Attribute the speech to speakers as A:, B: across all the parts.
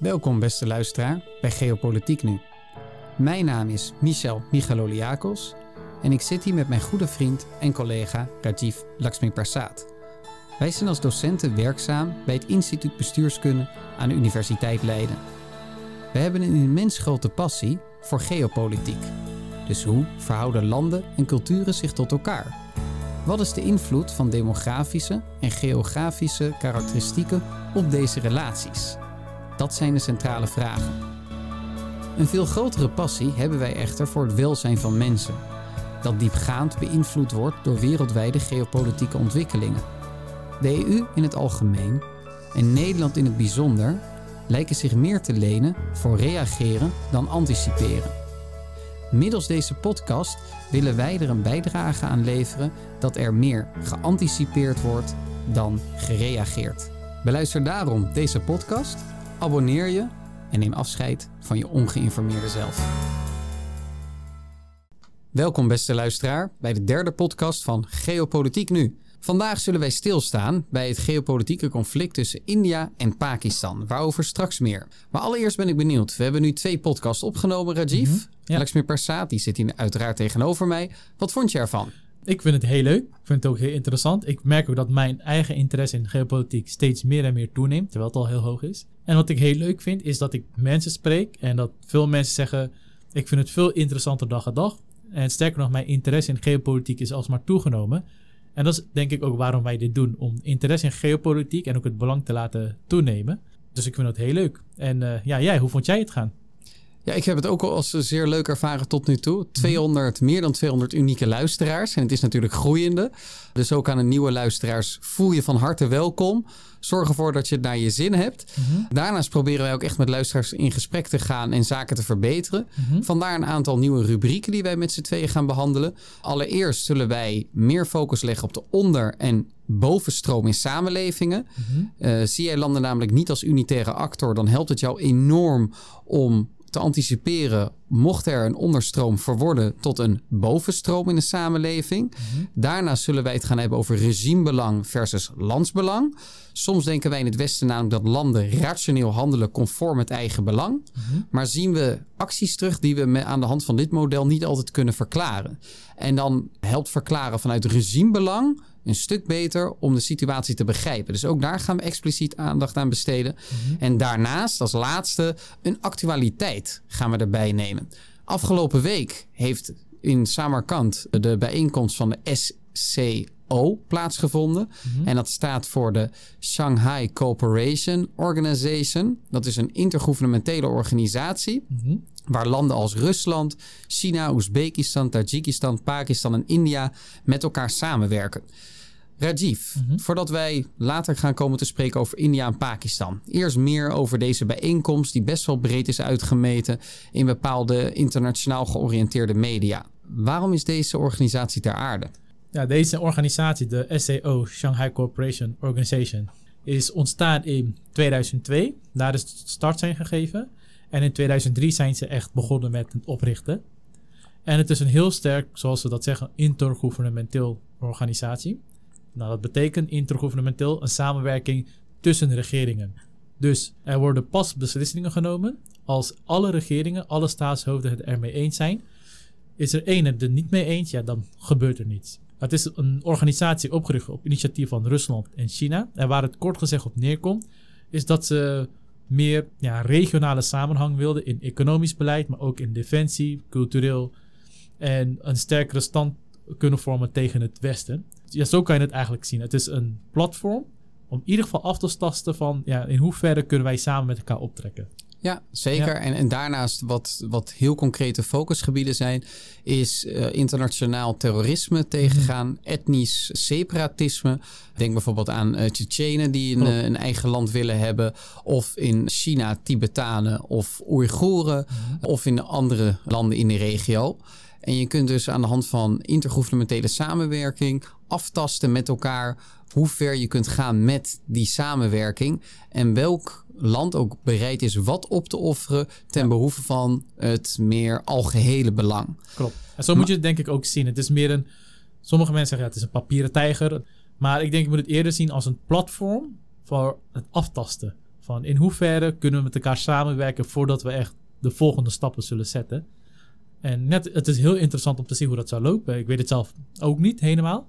A: Welkom beste luisteraar bij Geopolitiek Nu. Mijn naam is Michel Michaloliakos en ik zit hier met mijn goede vriend en collega Rajiv Lakshmiprasad. Wij zijn als docenten werkzaam bij het Instituut Bestuurskunde aan de Universiteit Leiden. We hebben een immens grote passie voor geopolitiek. Dus hoe verhouden landen en culturen zich tot elkaar? Wat is de invloed van demografische en geografische karakteristieken op deze relaties? Dat zijn de centrale vragen. Een veel grotere passie hebben wij echter voor het welzijn van mensen, dat diepgaand beïnvloed wordt door wereldwijde geopolitieke ontwikkelingen. De EU in het algemeen en Nederland in het bijzonder lijken zich meer te lenen voor reageren dan anticiperen. Middels deze podcast willen wij er een bijdrage aan leveren dat er meer geanticipeerd wordt dan gereageerd. Beluister daarom deze podcast, abonneer je en neem afscheid van je ongeïnformeerde zelf. Welkom beste luisteraar bij de derde podcast van Geopolitiek Nu. Vandaag zullen wij stilstaan bij het geopolitieke conflict tussen India en Pakistan, waarover straks meer. Maar allereerst ben ik benieuwd. We hebben nu 2 podcasts opgenomen, Rajiv. Ja. Lakshmiprasad, die zit hier uiteraard tegenover mij. Wat vond je ervan?
B: Ik vind het heel leuk. Ik vind het ook heel interessant. Ik merk ook dat mijn eigen interesse in geopolitiek steeds meer en meer toeneemt, terwijl het al heel hoog is. En wat ik heel leuk vind, is dat ik mensen spreek en dat veel mensen zeggen, ik vind het veel interessanter dag aan dag. En sterker nog, mijn interesse in geopolitiek is alsmaar toegenomen. En dat is denk ik ook waarom wij dit doen. Om interesse in geopolitiek en ook het belang te laten toenemen. Dus ik vind het heel leuk. En jij, hoe vond jij het gaan?
A: Ja, ik heb het ook al als zeer leuk ervaren tot nu toe. Meer dan 200 unieke luisteraars. En het is natuurlijk groeiende. Dus ook aan de nieuwe luisteraars voel je van harte welkom. Zorg ervoor dat je het naar je zin hebt. Daarnaast proberen wij ook echt met luisteraars in gesprek te gaan en zaken te verbeteren. Vandaar een aantal nieuwe rubrieken die wij met z'n tweeën gaan behandelen. Allereerst zullen wij meer focus leggen op de onder- en bovenstroom in samenlevingen. Zie jij landen namelijk niet als unitaire actor, dan helpt het jou enorm om te anticiperen mocht er een onderstroom verworden tot een bovenstroom in de samenleving. Daarna zullen wij het gaan hebben over regimebelang versus landsbelang. Soms denken wij in het Westen namelijk dat landen rationeel handelen conform het eigen belang. Maar zien we acties terug die we aan de hand van dit model niet altijd kunnen verklaren. En dan helpt verklaren vanuit regimebelang een stuk beter om de situatie te begrijpen. Dus ook daar gaan we expliciet aandacht aan besteden. En daarnaast, als laatste, een actualiteit gaan we erbij nemen. Afgelopen week heeft in Samarkand de bijeenkomst van de SCO plaatsgevonden. En dat staat voor de Shanghai Cooperation Organization. Dat is een intergouvernementele organisatie waar landen als Rusland, China, Oezbekistan, Tajikistan, Pakistan en India met elkaar samenwerken. Rajiv, voordat wij later gaan komen te spreken over India en Pakistan. Eerst meer over deze bijeenkomst die best wel breed is uitgemeten in bepaalde internationaal georiënteerde media. Waarom is deze organisatie ter aarde?
B: Ja, deze organisatie, de SCO, Shanghai Cooperation Organization, is ontstaan in 2002. Daar is de start zijn gegeven. En in 2003 zijn ze echt begonnen met het oprichten. En het is een heel sterk, zoals we dat zeggen, intergouvernementeel organisatie. Nou, dat betekent intergouvernementeel een samenwerking tussen regeringen. Dus er worden pas beslissingen genomen als alle regeringen, alle staatshoofden het ermee eens zijn. Is er één het er niet mee eens, ja, dan gebeurt er niets. Het is een organisatie opgericht op initiatief van Rusland en China. En waar het kort gezegd op neerkomt, is dat ze meer regionale samenhang wilden in economisch beleid, maar ook in defensie, cultureel en een sterkere stand kunnen vormen tegen het Westen. Ja, zo kan je het eigenlijk zien. Het is een platform om in ieder geval af te tasten van in hoeverre kunnen wij samen met elkaar optrekken.
A: Ja, zeker. Ja. En daarnaast wat heel concrete focusgebieden zijn, is internationaal terrorisme tegengaan, etnisch separatisme. Denk bijvoorbeeld aan Tsjetsjenen die een eigen land willen hebben, of in China Tibetanen of Oeigoeren, of in andere landen in de regio. En je kunt dus aan de hand van intergouvernementele samenwerking aftasten met elkaar hoe ver je kunt gaan met die samenwerking en welk land ook bereid is wat op te offeren ten behoeve van het meer algehele belang.
B: Klopt. En zo moet je het denk ik ook zien. Het is meer sommige mensen zeggen het is een papieren tijger, maar ik denk je moet het eerder zien als een platform voor het aftasten Van in hoeverre kunnen we met elkaar samenwerken voordat we echt de volgende stappen zullen zetten. En het is heel interessant om te zien hoe dat zou lopen. Ik weet het zelf ook niet helemaal.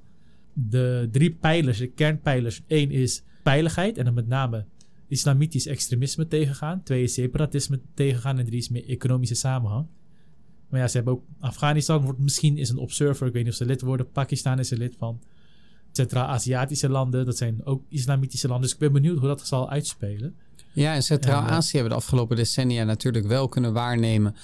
B: De 3 pijlers, de kernpijlers. 1 is veiligheid en dan met name islamitisch extremisme tegengaan. 2 is separatisme tegengaan en 3 is meer economische samenhang. Maar ja, ze hebben ook Afghanistan misschien is een observer. Ik weet niet of ze lid worden. Pakistan is een lid van. Centraal-Aziatische landen, dat zijn ook islamitische landen. Dus ik ben benieuwd hoe dat zal uitspelen.
A: Ja, in Centraal-Azië hebben we de afgelopen decennia natuurlijk wel kunnen waarnemen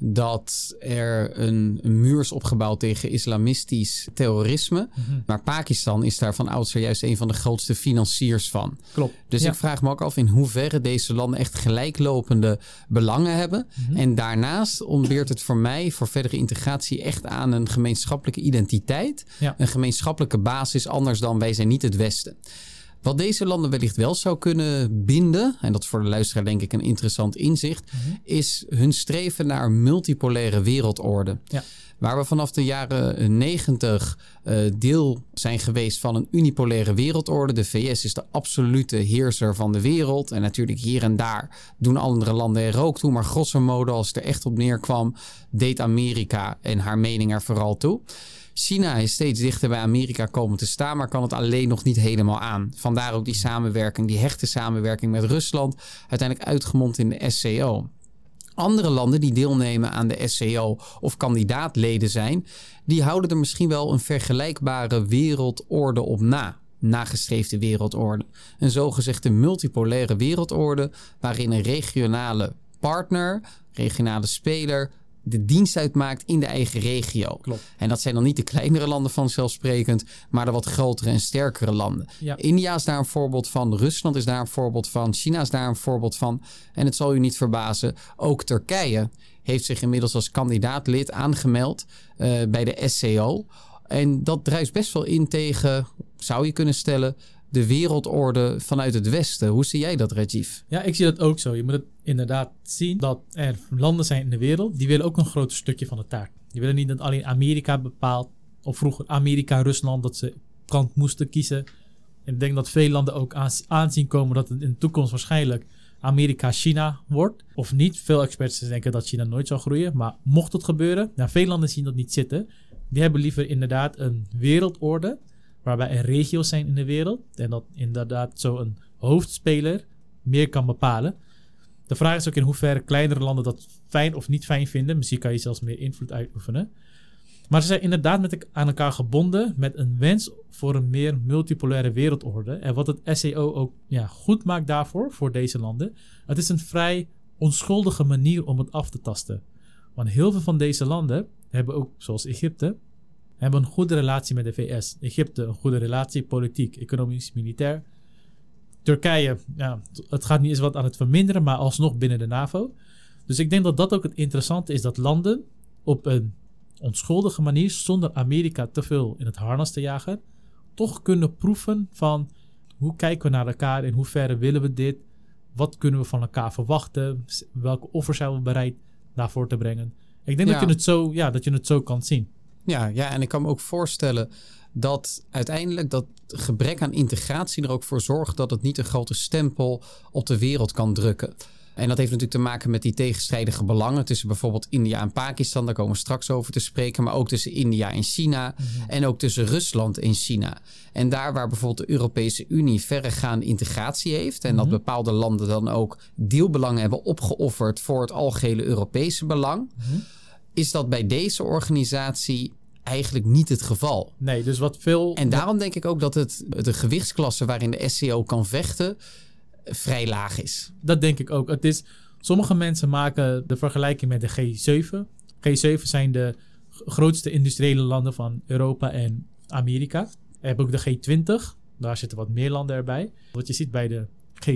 A: dat er een muur is opgebouwd tegen islamistisch terrorisme. Mm-hmm. Maar Pakistan is daar van oudsher juist een van de grootste financiers van.
B: Klopt.
A: Dus ik vraag me ook af in hoeverre deze landen echt gelijklopende belangen hebben. Mm-hmm. En daarnaast ontbeert het voor mij voor verdere integratie echt aan een gemeenschappelijke identiteit. Ja. Een gemeenschappelijke basis, anders dan wij zijn niet het Westen. Wat deze landen wellicht wel zou kunnen binden, en dat is voor de luisteraar denk ik een interessant inzicht, is hun streven naar een multipolaire wereldorde. Ja. Waar we vanaf de jaren 90 deel zijn geweest van een unipolaire wereldorde. De VS is de absolute heerser van de wereld. En natuurlijk hier en daar doen andere landen er ook toe. Maar grosso modo, als het er echt op neerkwam, deed Amerika en haar mening er vooral toe. China is steeds dichter bij Amerika komen te staan, maar kan het alleen nog niet helemaal aan. Vandaar ook die samenwerking, die hechte samenwerking met Rusland, uiteindelijk uitgemond in de SCO. Andere landen die deelnemen aan de SCO of kandidaatleden zijn, die houden er misschien wel een vergelijkbare wereldorde op na. Nagestreefde wereldorde. Een zogezegde multipolaire wereldorde waarin een regionale partner, regionale speler de dienst uitmaakt in de eigen regio.
B: Klopt.
A: En dat zijn dan niet de kleinere landen vanzelfsprekend, maar de wat grotere en sterkere landen. Ja. India is daar een voorbeeld van, Rusland is daar een voorbeeld van, China is daar een voorbeeld van. En het zal u niet verbazen, ook Turkije heeft zich inmiddels als kandidaatlid aangemeld bij de SCO. En dat druist best wel in tegen, zou je kunnen stellen, de wereldorde vanuit het Westen. Hoe zie jij dat, Rajiv?
B: Ja, ik zie dat ook zo. Je moet het inderdaad zien dat er landen zijn in de wereld, die willen ook een groot stukje van de taart. Die willen niet dat alleen Amerika bepaalt, of vroeger Amerika, Rusland, dat ze kant moesten kiezen. En ik denk dat veel landen ook aanzien komen dat het in de toekomst waarschijnlijk Amerika-China wordt. Of niet. Veel experts denken dat China nooit zal groeien. Maar mocht het gebeuren, nou, veel landen zien dat niet zitten. Die hebben liever inderdaad een wereldorde waarbij er regio's zijn in de wereld en dat inderdaad zo een hoofdspeler meer kan bepalen. De vraag is ook in hoeverre kleinere landen dat fijn of niet fijn vinden. Misschien kan je zelfs meer invloed uitoefenen. Maar ze zijn inderdaad aan elkaar gebonden met een wens voor een meer multipolaire wereldorde. En wat het SCO ook goed maakt daarvoor, voor deze landen. Het is een vrij onschuldige manier om het af te tasten. Want heel veel van deze landen hebben ook, zoals Egypte, hebben een goede relatie met de VS. Egypte een goede relatie, politiek, economisch, militair. Turkije, het gaat niet eens wat aan het verminderen, maar alsnog binnen de NAVO. Dus ik denk dat dat ook het interessante is, dat landen op een onschuldige manier, zonder Amerika te veel in het harnas te jagen, toch kunnen proeven van hoe kijken we naar elkaar, in hoeverre willen we dit, wat kunnen we van elkaar verwachten, welke offers zijn we bereid daarvoor te brengen. Ik denk dat je het zo kan zien.
A: Ja, en ik kan me ook voorstellen dat uiteindelijk dat gebrek aan integratie er ook voor zorgt dat het niet een grote stempel op de wereld kan drukken. En dat heeft natuurlijk te maken met die tegenstrijdige belangen tussen bijvoorbeeld India en Pakistan. Daar komen we straks over te spreken. Maar ook tussen India en China. Mm-hmm. En ook tussen Rusland en China. En daar waar bijvoorbeeld de Europese Unie verregaande integratie heeft. En dat bepaalde landen dan ook deelbelangen hebben opgeofferd voor het algehele Europese belang. Mm-hmm. Is dat bij deze organisatie eigenlijk niet het geval.
B: Nee, dus wat veel.
A: En daarom denk ik ook dat de gewichtsklasse waarin de SCO kan vechten vrij laag is.
B: Dat denk ik ook. Sommige mensen maken de vergelijking met de G7. G7 zijn de grootste industriële landen van Europa en Amerika. We hebben ook de G20. Daar zitten wat meer landen erbij. Wat je ziet bij de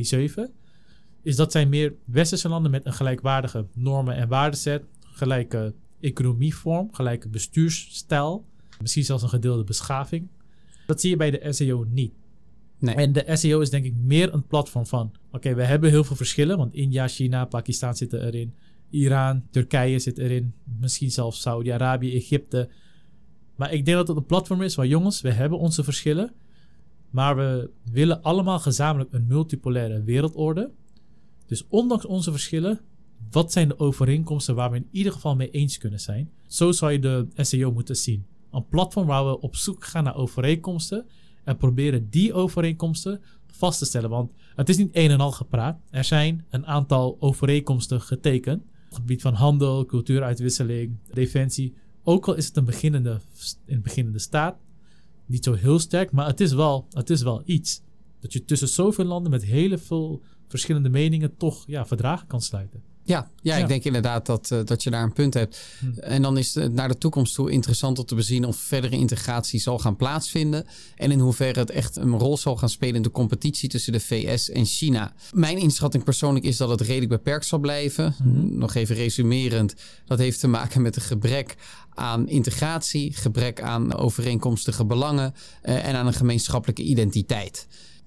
B: G7 is dat zijn meer westerse landen met een gelijkwaardige normen en waardeset, gelijke economievorm, gelijke bestuursstijl, misschien zelfs een gedeelde beschaving. Dat zie je bij de SCO niet.
A: Nee.
B: En de SCO is denk ik meer een platform van, oké, we hebben heel veel verschillen, want India, China, Pakistan zitten erin, Iran, Turkije zit erin, misschien zelfs Saudi-Arabië, Egypte. Maar ik denk dat het een platform is waar, jongens, we hebben onze verschillen, maar we willen allemaal gezamenlijk een multipolaire wereldorde. Dus ondanks onze verschillen, wat zijn de overeenkomsten waar we in ieder geval mee eens kunnen zijn? Zo zou je de SEO moeten zien. Een platform waar we op zoek gaan naar overeenkomsten en proberen die overeenkomsten vast te stellen. Want het is niet een en al gepraat. Er zijn een aantal overeenkomsten getekend. Op het gebied van handel, cultuuruitwisseling, defensie. Ook al is het in een beginnende staat. Niet zo heel sterk, maar het is wel iets. Dat je tussen zoveel landen met heel veel verschillende meningen toch verdragen kan sluiten.
A: Ja, ik denk inderdaad dat je daar een punt hebt. En dan is het naar de toekomst toe interessant om te bezien of verdere integratie zal gaan plaatsvinden. En in hoeverre het echt een rol zal gaan spelen in de competitie tussen de VS en China. Mijn inschatting persoonlijk is dat het redelijk beperkt zal blijven. Nog even resumerend. Dat heeft te maken met een gebrek aan integratie, gebrek aan overeenkomstige belangen en aan een gemeenschappelijke identiteit.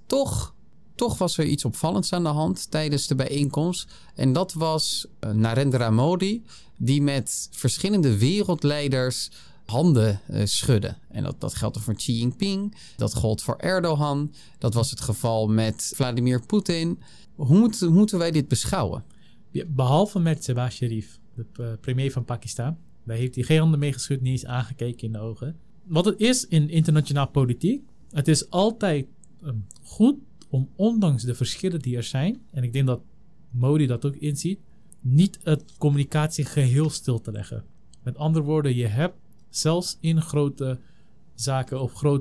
A: Toch was er iets opvallends aan de hand tijdens de bijeenkomst. En dat was Narendra Modi, die met verschillende wereldleiders handen schudde. En dat geldt voor Xi Jinping, dat gold voor Erdogan. Dat was het geval met Vladimir Poetin. Hoe moeten wij dit beschouwen?
B: Ja, behalve met Shehbaz Sharif, de premier van Pakistan. Daar heeft hij geen handen mee geschud, niet eens aangekeken in de ogen. Wat het is in internationaal politiek, het is altijd goed om ondanks de verschillen die er zijn, en ik denk dat Modi dat ook inziet, niet het communicatie geheel stil te leggen. Met andere woorden, je hebt zelfs in grote zaken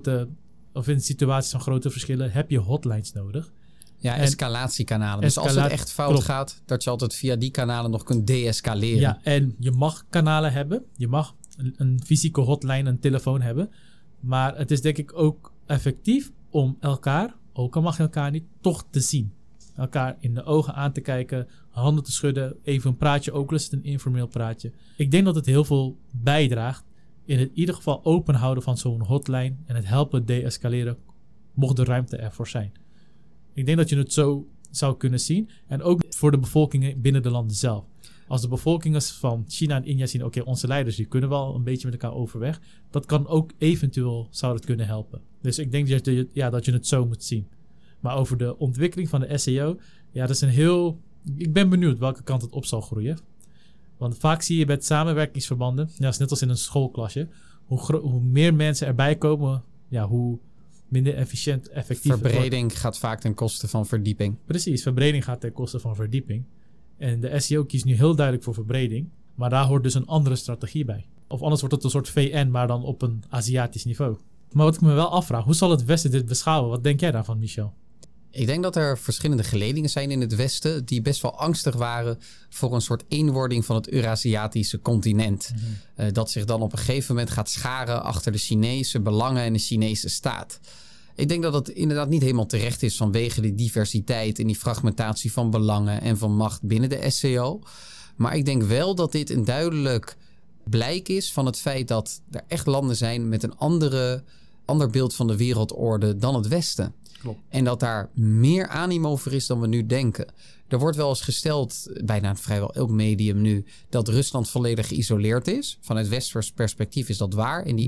B: of in situaties van grote verschillen, heb je hotlines nodig.
A: Ja, escalatiekanalen. Dus als het echt fout gaat, dat je altijd via die kanalen nog kunt deescaleren.
B: Ja, en je mag kanalen hebben. Je mag een fysieke hotline, een telefoon hebben. Maar het is denk ik ook effectief om elkaar, ook al mag je elkaar niet, toch te zien. Elkaar in de ogen aan te kijken, handen te schudden, even een praatje, ook al is het een informeel praatje. Ik denk dat het heel veel bijdraagt in het in ieder geval open houden van zo'n hotline en het helpen deescaleren, mocht de ruimte ervoor zijn. Ik denk dat je het zo zou kunnen zien. En ook voor de bevolkingen binnen de landen zelf. Als de bevolkingen van China en India zien, oké, onze leiders die kunnen wel een beetje met elkaar overweg. Dat kan ook eventueel, zou dat kunnen helpen. Dus ik denk dat je het zo moet zien. Maar over de ontwikkeling van de SEO, dat is ik ben benieuwd welke kant het op zal groeien. Want vaak zie je met samenwerkingsverbanden, dat is net als in een schoolklasje, hoe meer mensen erbij komen, hoe minder efficiënt, effectief.
A: Verbreding gaat vaak ten koste van verdieping.
B: Precies, verbreding gaat ten koste van verdieping. En de SEO kiest nu heel duidelijk voor verbreding. Maar daar hoort dus een andere strategie bij. Of anders wordt het een soort VN, maar dan op een Aziatisch niveau. Maar wat ik me wel afvraag, hoe zal het Westen dit beschouwen? Wat denk jij daarvan, Michel?
A: Ik denk dat er verschillende geledingen zijn in het Westen die best wel angstig waren voor een soort eenwording van het Eurasiatische continent. Dat zich dan op een gegeven moment gaat scharen achter de Chinese belangen en de Chinese staat. Ik denk dat het inderdaad niet helemaal terecht is vanwege de diversiteit en die fragmentatie van belangen en van macht binnen de SEO. Maar ik denk wel dat dit een duidelijk blijk is van het feit dat er echt landen zijn met een ander beeld van de wereldorde dan het Westen.
B: Klopt. En
A: dat daar meer animo voor is dan we nu denken. Er wordt wel eens gesteld, bijna vrijwel elk medium nu, dat Rusland volledig geïsoleerd is. Vanuit westers perspectief is dat waar. En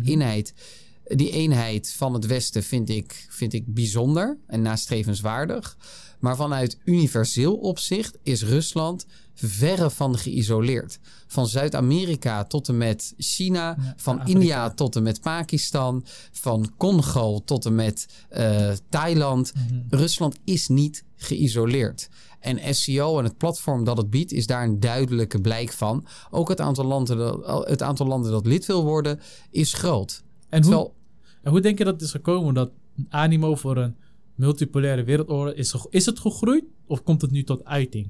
A: die eenheid van het Westen vind ik bijzonder en nastrevenswaardig. Maar vanuit universeel opzicht is Rusland verre van geïsoleerd. Van Zuid-Amerika tot en met China, van Afrika. India tot en met Pakistan, van Congo tot en met Thailand. Rusland is niet geïsoleerd. En SEO en het platform dat het biedt is daar een duidelijke blijk van. Ook het aantal landen dat lid wil worden is groot.
B: En hoe denk je dat het is gekomen dat een animo voor een multipolaire wereldorde is het gegroeid of komt het nu tot uiting?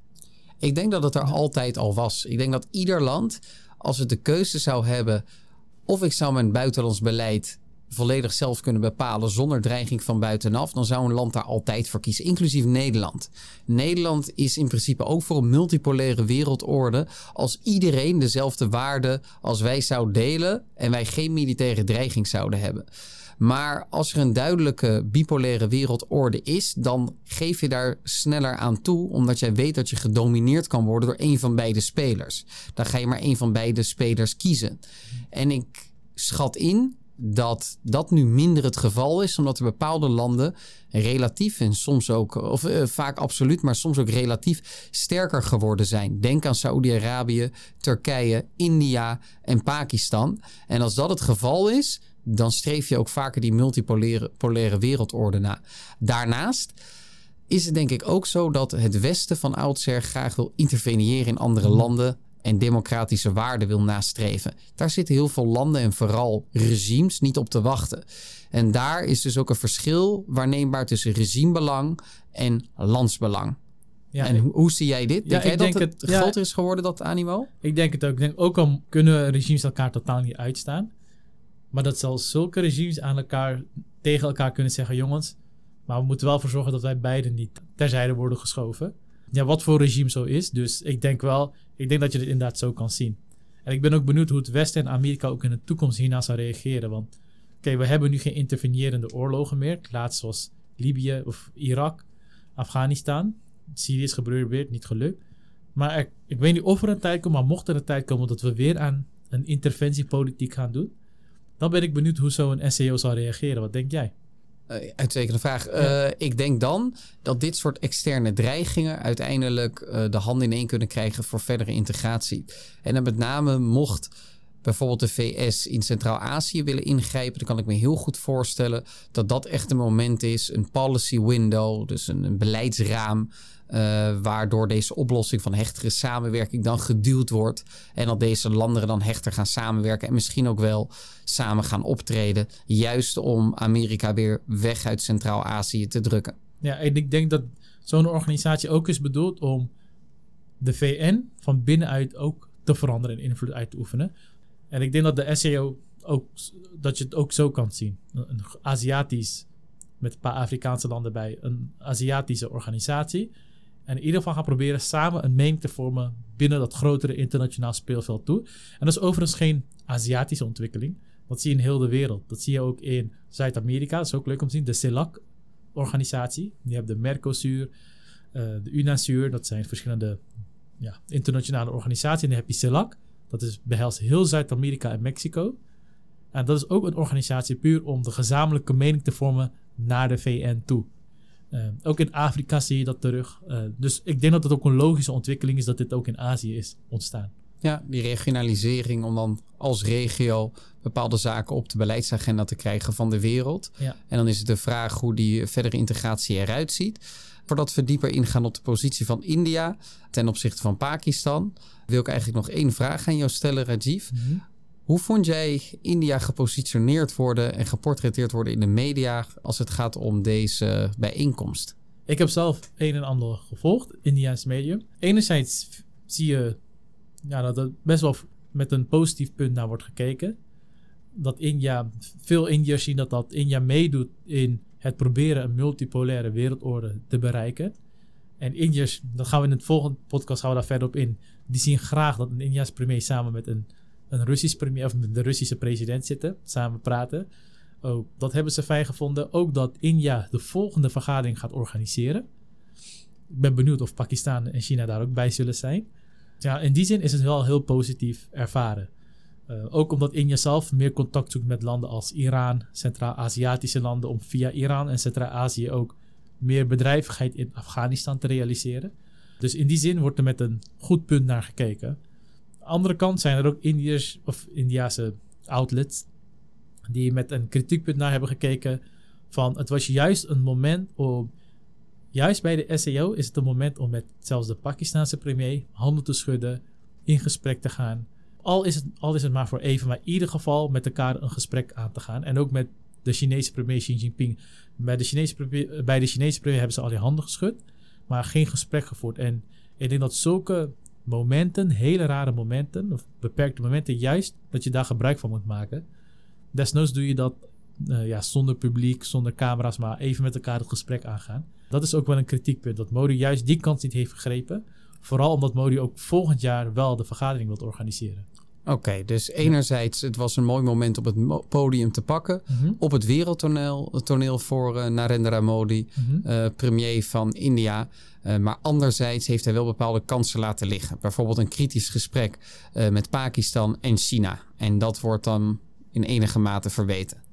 A: Ik denk dat het er altijd al was. Ik denk dat ieder land, als het de keuze zou hebben, of ik zou mijn buitenlands beleid volledig zelf kunnen bepalen zonder dreiging van buitenaf, dan zou een land daar altijd voor kiezen, inclusief Nederland. Nederland is in principe ook voor een multipolaire wereldorde als iedereen dezelfde waarden als wij zou delen en wij geen militaire dreiging zouden hebben. Maar als er een duidelijke bipolaire wereldorde is, dan geef je daar sneller aan toe, omdat jij weet dat je gedomineerd kan worden door één van beide spelers. Dan ga je maar één van beide spelers kiezen. En ik schat in dat dat nu minder het geval is, omdat er bepaalde landen relatief en soms ook, of vaak absoluut, maar soms ook relatief sterker geworden zijn. Denk aan Saoedi-Arabië, Turkije, India en Pakistan. En als dat het geval is, dan streef je ook vaker die multipolaire wereldorde na. Daarnaast is het denk ik ook zo dat het Westen van oudsher graag wil interveneren in andere landen en democratische waarden wil nastreven. Daar zitten heel veel landen en vooral regimes niet op te wachten. En daar is dus ook een verschil waarneembaar tussen regimebelang en landsbelang. Ja, en hoe zie jij dit? Denk jij dat het groter is geworden, dat animo?
B: Ik denk het ook. Ik denk ook al kunnen regimes elkaar totaal niet uitstaan. Maar dat zelfs zulke regimes tegen elkaar kunnen zeggen, jongens, maar we moeten wel voor zorgen dat wij beiden niet terzijde worden geschoven. Ja, wat voor regime zo is. Dus ik denk dat je dit inderdaad zo kan zien. En ik ben ook benieuwd hoe het Westen en Amerika ook in de toekomst hierna zal reageren. Want we hebben nu geen intervenerende oorlogen meer. Laatst zoals Libië of Irak, Afghanistan. Syrië is geprobeerd, niet gelukt. Maar ik weet niet of er een tijd komt, maar mocht er een tijd komen dat we weer aan een interventiepolitiek gaan doen, dan ben ik benieuwd hoe zo'n SCO zal reageren. Wat denk jij?
A: Uitstekende vraag. Ik denk dan dat dit soort externe dreigingen uiteindelijk de handen ineen kunnen krijgen voor verdere integratie. En dan met name mocht bijvoorbeeld de VS in Centraal-Azië willen ingrijpen, dan kan ik me heel goed voorstellen dat dat echt een moment is, een policy window, dus een beleidsraam, waardoor deze oplossing van hechtere samenwerking dan geduwd wordt en dat deze landen dan hechter gaan samenwerken en misschien ook wel samen gaan optreden, juist om Amerika weer weg uit Centraal-Azië te drukken.
B: Ja, en ik denk dat zo'n organisatie ook is bedoeld om de VN van binnenuit ook te veranderen en invloed uit te oefenen. En ik denk dat de SCO ook, dat je het ook zo kan zien. Een Aziatisch, met een paar Afrikaanse landen bij, een Aziatische organisatie. En in ieder geval gaan proberen samen een mening te vormen binnen dat grotere internationaal speelveld toe. En dat is overigens geen Aziatische ontwikkeling. Dat zie je in heel de wereld. Dat zie je ook in Zuid-Amerika. Dat is ook leuk om te zien. De CELAC-organisatie. Je hebt de Mercosur, de UNASUR. Dat zijn verschillende internationale organisaties. En dan heb je CELAC. Dat behelst heel Zuid-Amerika en Mexico. En dat is ook een organisatie puur om de gezamenlijke mening te vormen naar de VN toe. Ook in Afrika zie je dat terug. Dus ik denk dat het ook een logische ontwikkeling is dat dit ook in Azië is ontstaan.
A: Ja, die regionalisering om dan als regio bepaalde zaken op de beleidsagenda te krijgen van de wereld. Ja. En dan is het de vraag hoe die verdere integratie eruit ziet. Voordat we dieper ingaan op de positie van India ten opzichte van Pakistan, wil ik eigenlijk nog één vraag aan jou stellen, Rajiv. Mm-hmm. Hoe vond jij India gepositioneerd worden en geportretteerd worden in de media als het gaat om deze bijeenkomst?
B: Ik heb zelf een en ander gevolgd, India's medium. Enerzijds zie je dat er best wel met een positief punt naar wordt gekeken. Dat veel Indiërs zien dat India meedoet in het proberen een multipolaire wereldorde te bereiken. En Indiërs, dat gaan we in het volgende podcast daar verder op in, die zien graag dat een India's premier samen met een Russisch premier of met de Russische president zitten, samen praten. Ook dat hebben ze fijn gevonden. Ook dat India de volgende vergadering gaat organiseren. Ik ben benieuwd of Pakistan en China daar ook bij zullen zijn. Ja, in die zin is het wel heel positief ervaren. Ook omdat India zelf meer contact zoekt met landen als Iran, Centraal-Aziatische landen, om via Iran en Centraal-Azië ook meer bedrijvigheid in Afghanistan te realiseren. Dus in die zin wordt er met een goed punt naar gekeken. Aan de andere kant zijn er ook Indiase outlets die met een kritiekpunt naar hebben gekeken van het was juist een moment om, juist bij de SCO is het een moment om met zelfs de Pakistanse premier handen te schudden, in gesprek te gaan. Al is het maar voor even, maar in ieder geval met elkaar een gesprek aan te gaan. En ook met de Chinese premier Xi Jinping. Bij de Chinese premier hebben ze al die handen geschud, maar geen gesprek gevoerd. En ik denk dat zulke momenten, hele rare momenten, of beperkte momenten, juist dat je daar gebruik van moet maken. Desnoods doe je dat zonder publiek, zonder camera's, maar even met elkaar het gesprek aangaan. Dat is ook wel een kritiekpunt, dat Modi juist die kans niet heeft gegrepen. Vooral omdat Modi ook volgend jaar wel de vergadering wil organiseren.
A: Oké, dus enerzijds, het was een mooi moment op het podium te pakken. Mm-hmm. Op het wereldtoneel voor Narendra Modi, premier van India. Maar anderzijds heeft hij wel bepaalde kansen laten liggen. Bijvoorbeeld een kritisch gesprek met Pakistan en China. En dat wordt dan in enige mate verweten.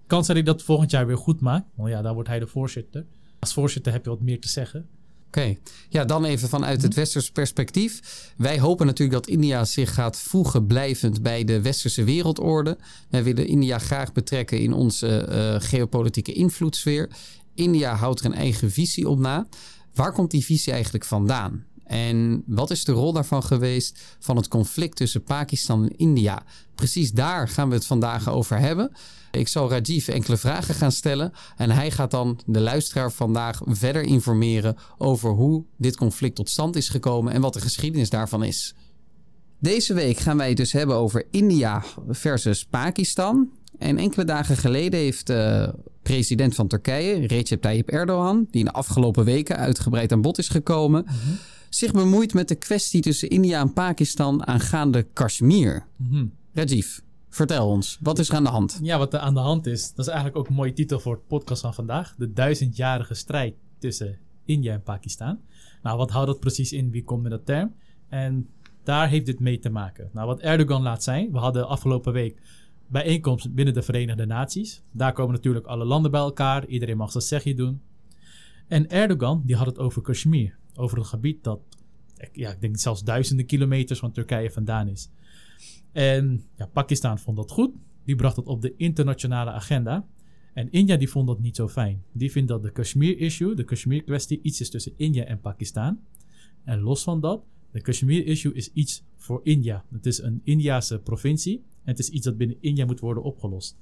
B: kans dat hij dat volgend jaar weer goed maakt. Want ja, daar wordt hij de voorzitter. Als voorzitter heb je wat meer te zeggen.
A: Oké, ja, dan even vanuit het westers perspectief. Wij hopen natuurlijk dat India zich gaat voegen blijvend bij de westerse wereldorde. Wij willen India graag betrekken in onze geopolitieke invloedssfeer. India houdt er een eigen visie op na. Waar komt die visie eigenlijk vandaan? En wat is de rol daarvan geweest van het conflict tussen Pakistan en India? Precies daar gaan we het vandaag over hebben. Ik zal Rajiv enkele vragen gaan stellen en hij gaat dan de luisteraar vandaag verder informeren over hoe dit conflict tot stand is gekomen en wat de geschiedenis daarvan is. Deze week gaan wij het dus hebben over India versus Pakistan. En enkele dagen geleden heeft de president van Turkije, Recep Tayyip Erdogan, die in de afgelopen weken uitgebreid aan bod is gekomen, zich bemoeid met de kwestie tussen India en Pakistan aangaande Kashmir. Rajiv, vertel ons, wat is er aan de hand?
B: Ja, wat er aan de hand is, dat is eigenlijk ook een mooie titel voor het podcast van vandaag. De 1000-jarige strijd tussen India en Pakistan. Nou, wat houdt dat precies in? Wie komt met dat term? En daar heeft dit mee te maken. Nou, wat Erdogan laat zijn, we hadden afgelopen week bijeenkomst binnen de Verenigde Naties. Daar komen natuurlijk alle landen bij elkaar. Iedereen mag zijn zegje doen. En Erdogan, die had het over Kashmir. Over een gebied dat, ja, ik denk zelfs duizenden kilometers van Turkije vandaan is. En ja, Pakistan vond dat goed. Die bracht het op de internationale agenda. En India die vond dat niet zo fijn. Die vindt dat de Kashmir-issue, de Kashmir-kwestie, iets is tussen India en Pakistan. En los van dat, de Kashmir-issue is iets voor India. Het is een Indiase provincie. En het is iets dat binnen India moet worden opgelost.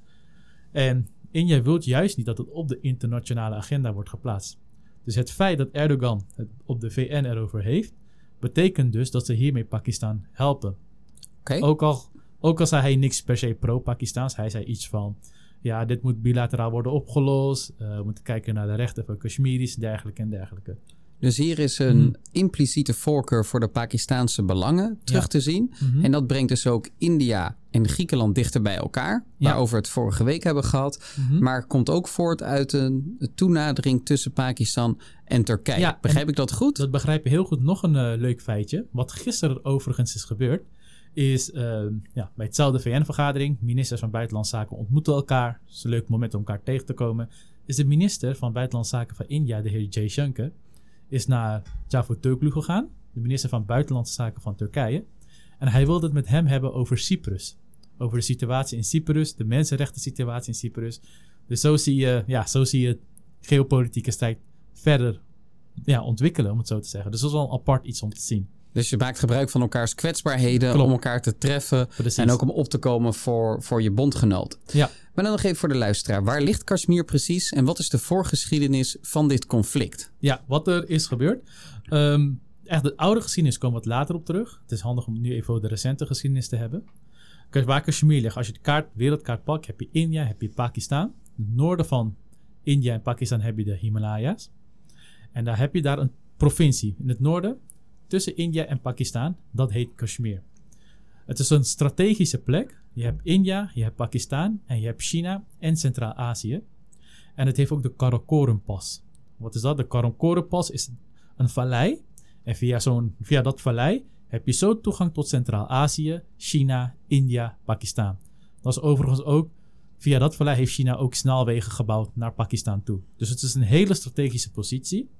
B: En India wil juist niet dat het op de internationale agenda wordt geplaatst. Dus het feit dat Erdogan het op de VN erover heeft, betekent dus dat ze hiermee Pakistan helpen.
A: Okay.
B: Ook al zei hij niks per se pro-Pakistaans. Hij zei iets van, ja, dit moet bilateraal worden opgelost. We moeten kijken naar de rechten van Kashmiris, dergelijke en dergelijke.
A: Dus hier is een impliciete voorkeur voor de Pakistaanse belangen terug te zien. En dat brengt dus ook India en Griekenland dichter bij elkaar. Waarover we het vorige week hebben gehad. Maar komt ook voort uit een toenadering tussen Pakistan en Turkije. Ja, begrijp ik dat goed?
B: Dat begrijp je heel goed. Nog een leuk feitje. Wat gisteren overigens is gebeurd, is bij hetzelfde VN-vergadering, ministers van Buitenlandse Zaken ontmoeten elkaar. Het is een leuk moment om elkaar tegen te komen. Is de minister van Buitenlandse Zaken van India, de heer Jaishankar, is naar Cavusoglu gegaan, de minister van Buitenlandse Zaken van Turkije. En hij wilde het met hem hebben over Cyprus. Over de situatie in Cyprus, de mensenrechten situatie in Cyprus. Dus zo zie je geopolitieke strijd verder ontwikkelen, om het zo te zeggen. Dus dat is wel een apart iets om te zien.
A: Dus je maakt gebruik van elkaars kwetsbaarheden om elkaar te treffen. Precies. En ook om op te komen voor je bondgenoot. Ja. Maar dan nog even voor de luisteraar. Waar ligt Kashmir precies en wat is de voorgeschiedenis van dit conflict? Ja,
B: wat er is gebeurd. Echt de oude geschiedenis komen we wat later op terug. Het is handig om nu even over de recente geschiedenis te hebben. Waar Kashmir ligt. Als je de wereldkaart pakt, heb je India, heb je Pakistan. In het noorden van India en Pakistan heb je de Himalaya's. En daar heb je een provincie in het noorden tussen India en Pakistan. Dat heet Kashmir. Het is een strategische plek. Je hebt India, je hebt Pakistan en je hebt China en Centraal-Azië. En het heeft ook de Karakorum-pas. Wat is dat? De Karakorum-pas is een vallei. En via dat vallei heb je zo toegang tot Centraal-Azië, China, India, Pakistan. Dat is overigens ook, via dat vallei heeft China ook snelwegen gebouwd naar Pakistan toe. Dus het is een hele strategische positie.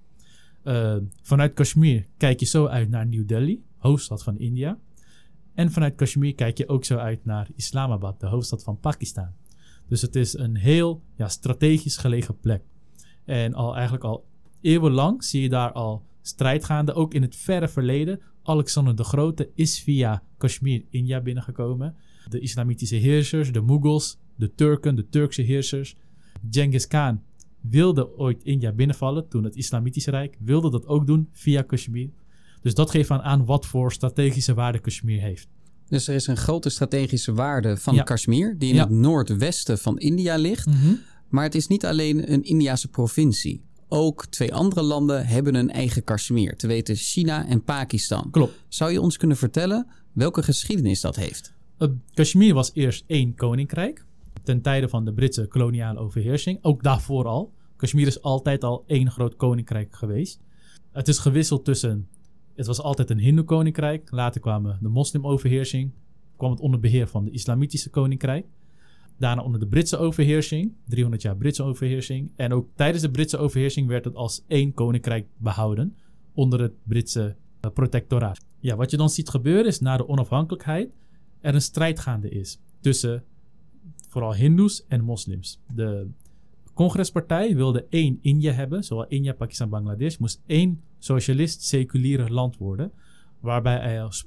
B: Vanuit Kashmir kijk je zo uit naar New Delhi, hoofdstad van India. En vanuit Kashmir kijk je ook zo uit naar Islamabad, de hoofdstad van Pakistan. Dus het is een heel strategisch gelegen plek. En eigenlijk al eeuwenlang zie je daar al strijd gaande. Ook in het verre verleden. Alexander de Grote is via Kashmir India binnengekomen. De islamitische heersers, de Mughals, de Turken, de Turkse heersers. Genghis Khan wilde ooit India binnenvallen toen het Islamitische Rijk wilde dat ook doen via Kashmir. Dus dat geeft aan wat voor strategische waarde Kashmir heeft.
A: Dus er is een grote strategische waarde van Kashmir die in het noordwesten van India ligt. Maar het is niet alleen een Indiase provincie. Ook 2 andere landen hebben een eigen Kashmir. Te weten China en Pakistan.
B: Klopt.
A: Zou je ons kunnen vertellen welke geschiedenis dat heeft?
B: Kashmir was eerst 1 koninkrijk. Ten tijde van de Britse koloniale overheersing. Ook daarvoor al. Kashmir is altijd al 1 groot koninkrijk geweest. Het is gewisseld tussen. Het was altijd een Hindoe-koninkrijk. Later kwam de moslimoverheersing. Kwam het onder beheer van de islamitische koninkrijk. Daarna onder de Britse overheersing, 300 jaar Britse overheersing. En ook tijdens de Britse overheersing werd het als één koninkrijk behouden onder het Britse protectoraat. Ja, wat je dan ziet gebeuren is na de onafhankelijkheid er een strijd gaande is tussen vooral Hindoes en moslims. De Congrespartij wilde één India hebben, zowel India, Pakistan, Bangladesh, moest één socialist seculiere land worden, waarbij er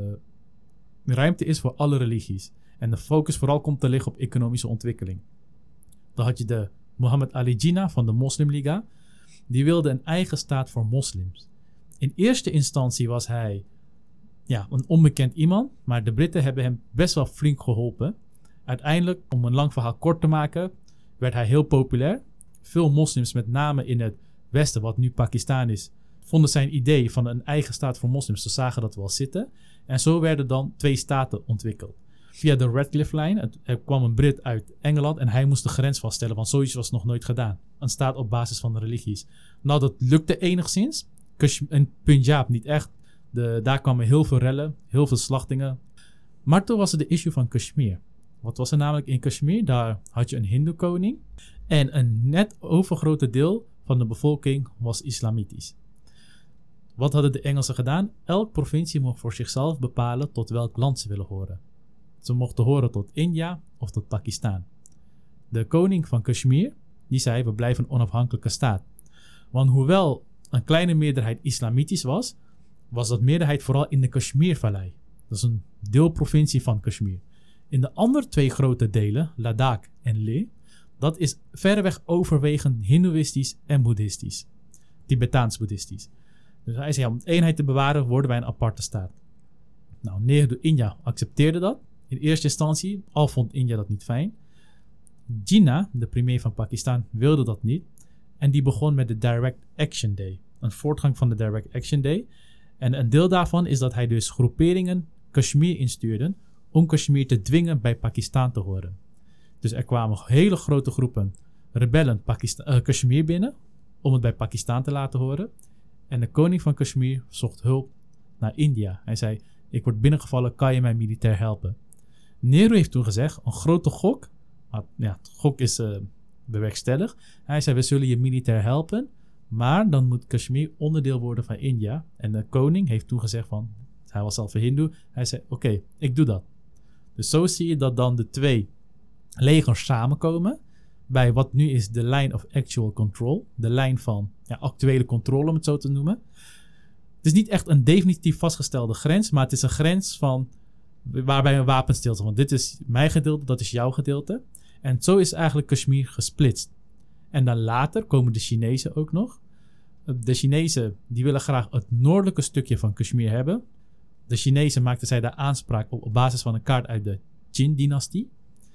B: ruimte is voor alle religies. En de focus vooral komt te liggen op economische ontwikkeling. Dan had je de Muhammad Ali Jinnah van de Moslimliga. Die wilde een eigen staat voor moslims. In eerste instantie was hij een onbekend iemand, maar de Britten hebben hem best wel flink geholpen. Uiteindelijk, om een lang verhaal kort te maken, werd hij heel populair. Veel moslims, met name in het westen, wat nu Pakistan is, vonden zijn idee van een eigen staat voor moslims. Ze zagen dat wel zitten. En zo werden dan 2 staten ontwikkeld. Via de Radcliffe-lijn, er kwam een Brit uit Engeland en hij moest de grens vaststellen, want zoiets was nog nooit gedaan. Een staat op basis van de religies. Nou, dat lukte enigszins. In Punjab niet echt. Daar kwamen heel veel rellen, heel veel slachtingen. Maar toen was er de issue van Kashmir. Wat was er namelijk in Kashmir? Daar had je een hindoe-koning en een net overgrote deel van de bevolking was islamitisch. Wat hadden de Engelsen gedaan? Elk provincie mocht voor zichzelf bepalen tot welk land ze willen horen. Ze mochten horen tot India of tot Pakistan. De koning van Kashmir, die zei, we blijven een onafhankelijke staat. Want hoewel een kleine meerderheid islamitisch was, was dat meerderheid vooral in de Kashmirvallei. Dat is een deelprovincie van Kashmir. In de andere 2 grote delen, Ladakh en Leh, dat is verreweg overwegend hindoeïstisch en boeddhistisch. Tibetaans-boeddhistisch. Dus hij zei, om eenheid te bewaren worden wij een aparte staat. Nou, Nehru India accepteerde dat. In eerste instantie, al vond India dat niet fijn. Jinnah, de premier van Pakistan, wilde dat niet. En die begon met de Direct Action Day. Een voortgang van de Direct Action Day. En een deel daarvan is dat hij dus groeperingen Kashmir instuurde om Kashmir te dwingen bij Pakistan te horen. Dus er kwamen hele grote groepen rebellen Kashmir binnen om het bij Pakistan te laten horen. En de koning van Kashmir zocht hulp naar India. Hij zei, ik word binnengevallen, kan je mij militair helpen? Nehru heeft toen gezegd, een grote gok. Gok is bewerkstelligd. Hij zei, we zullen je militair helpen, maar dan moet Kashmir onderdeel worden van India. En de koning heeft toen gezegd hij was zelf een hindoe. Hij zei, oké, ik doe dat. Dus zo zie je dat dan de 2 legers samenkomen bij wat nu is de line of actual control. De lijn van actuele controle, om het zo te noemen. Het is niet echt een definitief vastgestelde grens, maar het is een grens van waarbij een wapen stilstaat. Want dit is mijn gedeelte, dat is jouw gedeelte. En zo is eigenlijk Kashmir gesplitst. En dan later komen de Chinezen ook nog. De Chinezen die willen graag het noordelijke stukje van Kashmir hebben. De Chinezen maakten zij daar aanspraak op basis van een kaart uit de Qin-dynastie.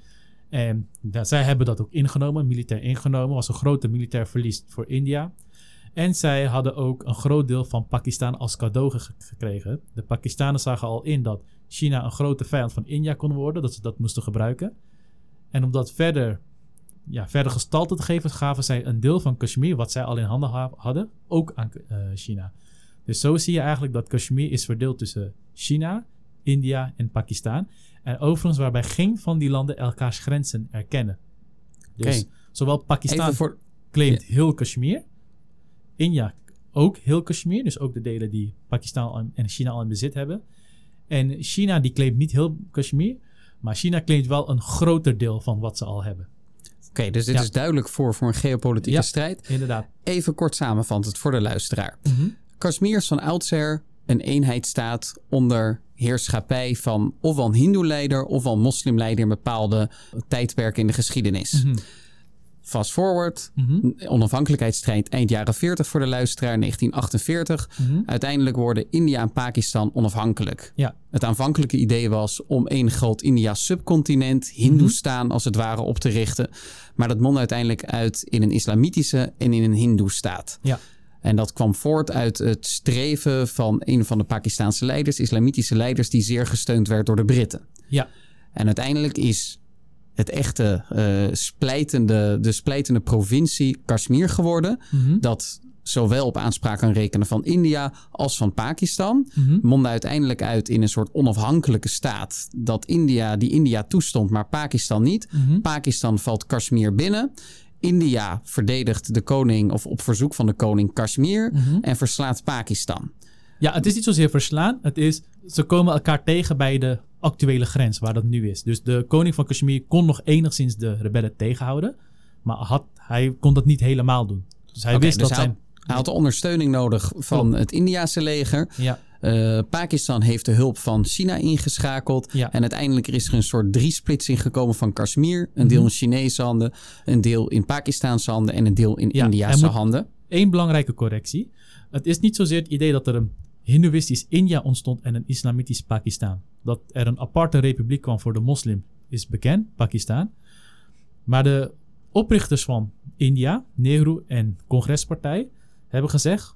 B: En zij hebben dat ook ingenomen, militair ingenomen. Was een grote militair verlies voor India. En zij hadden ook een groot deel van Pakistan als cadeau gekregen. De Pakistanen zagen al in dat China een grote vijand van India kon worden. Dat ze dat moesten gebruiken. En om dat verder gestalte te geven, gaven zij een deel van Kashmir, wat zij al in handen hadden, ook aan China. Dus zo zie je eigenlijk dat Kashmir is verdeeld tussen China, India en Pakistan. En overigens waarbij geen van die landen elkaars grenzen erkennen. Dus zowel Pakistan claimt heel Kashmir. India ook heel Kashmir. Dus ook de delen die Pakistan en China al in bezit hebben. En China die claimt niet heel Kashmir. Maar China claimt wel een groter deel van wat ze al hebben.
A: Oké, dus dit is duidelijk voor een geopolitieke strijd.
B: Inderdaad.
A: Even kort samenvattend voor de luisteraar. Mm-hmm. Kashmir is van oudsher een eenheidsstaat onder heerschappij van ofwel een hindoe-leider ofwel een moslimleider in bepaalde tijdperken in de geschiedenis. Mm-hmm. Fast forward, onafhankelijkheidsstrijd eind jaren 40 voor de luisteraar, 1948. Mm-hmm. Uiteindelijk worden India en Pakistan onafhankelijk. Ja. Het aanvankelijke idee was om één groot India-subcontinent, Hindoestaan als het ware, op te richten. Maar dat mondde uiteindelijk uit in een islamitische en in een hindoestaat. Ja. En dat kwam voort uit het streven van een van de Pakistaanse leiders, islamitische leiders, die zeer gesteund werd door de Britten. Ja. En uiteindelijk is het echte splijtende provincie Kashmir geworden. Mm-hmm. Dat zowel op aanspraak kan rekenen van India als van Pakistan. Mondde uiteindelijk uit in een soort onafhankelijke staat dat India toestond, maar Pakistan niet. Pakistan valt Kashmir binnen. India verdedigt de koning of op verzoek van de koning Kashmir en verslaat Pakistan.
B: Ja, het is niet zozeer verslaan. Het is, ze komen elkaar tegen bij de actuele grens waar dat nu is. Dus de koning van Kashmir kon nog enigszins de rebellen tegenhouden. Maar hij kon dat niet helemaal doen. Dus hij wist dat hij had
A: de ondersteuning nodig van het Indiase leger.
B: Ja.
A: Pakistan heeft de hulp van China ingeschakeld.
B: Ja.
A: En uiteindelijk is er een soort 3-splitsing gekomen van Kashmir. Een deel in Chinese handen, een deel in Pakistaanse handen en een deel in Indiase handen.
B: Eén belangrijke correctie. Het is niet zozeer het idee dat er een Hindoeïstisch India ontstond en een islamitisch Pakistan. Dat er een aparte republiek kwam voor de moslim is bekend, Pakistan. Maar de oprichters van India, Nehru en Congrespartij, hebben gezegd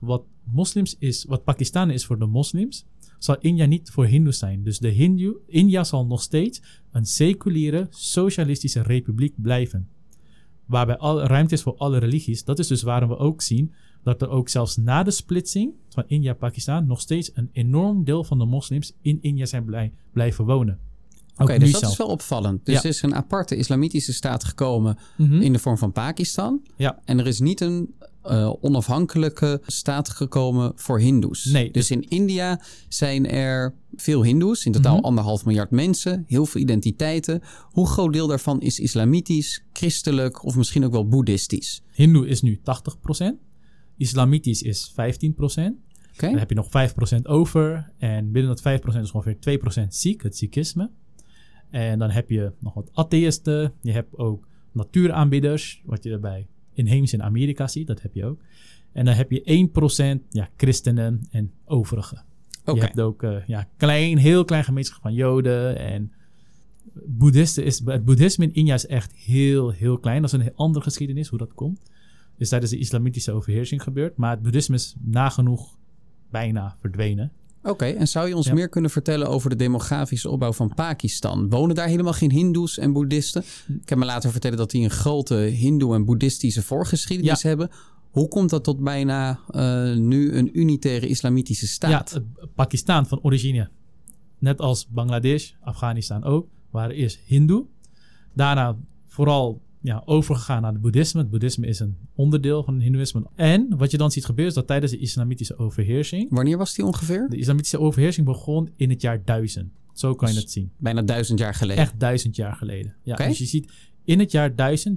B: wat Pakistan is voor de moslims, zal India niet voor Hindoes zijn. Dus India zal nog steeds een seculiere, socialistische republiek blijven. Waarbij ruimte is voor alle religies. Dat is dus waarom we ook zien dat er ook zelfs na de splitsing van India en Pakistan nog steeds een enorm deel van de moslims in India zijn blijven wonen.
A: Oké, dus dat is wel opvallend. Dus er is een aparte islamitische staat gekomen in de vorm van Pakistan.
B: Ja.
A: En er is niet een onafhankelijke staat gekomen voor Hindoes.
B: Nee,
A: dus in India zijn er veel Hindoes. In totaal 1,5 miljard mensen. Heel veel identiteiten. Hoe groot deel daarvan is islamitisch, christelijk of misschien ook wel boeddhistisch?
B: Hindoe is nu 80%. Islamitisch is 15%.
A: Okay.
B: Dan heb je nog 5% over. En binnen dat 5% is ongeveer 2% Sikh, het Sikhisme. En dan heb je nog wat atheïsten. Je hebt ook natuuraanbidders, wat je bij inheems in Amerika ziet. Dat heb je ook. En dan heb je 1% christenen en overigen. Okay. Je hebt ook heel klein gemeenschap van Joden en Boeddhisten. Het boeddhisme in India is echt heel, heel klein. Dat is een andere geschiedenis, hoe dat komt. Dus tijdens de islamitische overheersing gebeurd. Maar het boeddhisme is nagenoeg bijna verdwenen.
A: Oké, en zou je ons meer kunnen vertellen over de demografische opbouw van Pakistan? Wonen daar helemaal geen Hindoes en Boeddhisten? Ik heb me laten vertellen dat die een grote Hindoe- en Boeddhistische voorgeschiedenis hebben. Hoe komt dat tot bijna nu een unitaire islamitische staat?
B: Ja, Pakistan van origine, net als Bangladesh, Afghanistan ook, waren eerst Hindoe. Daarna vooral overgegaan naar het boeddhisme. Het boeddhisme is een onderdeel van het hindoeïsme. En wat je dan ziet gebeuren is dat tijdens de islamitische overheersing...
A: Wanneer was die ongeveer?
B: De islamitische overheersing begon in het jaar 1000. Zo kan je het zien.
A: Bijna 1000 jaar geleden?
B: Echt 1000 jaar geleden. Ja,
A: Okay.
B: Dus je ziet in het jaar 1000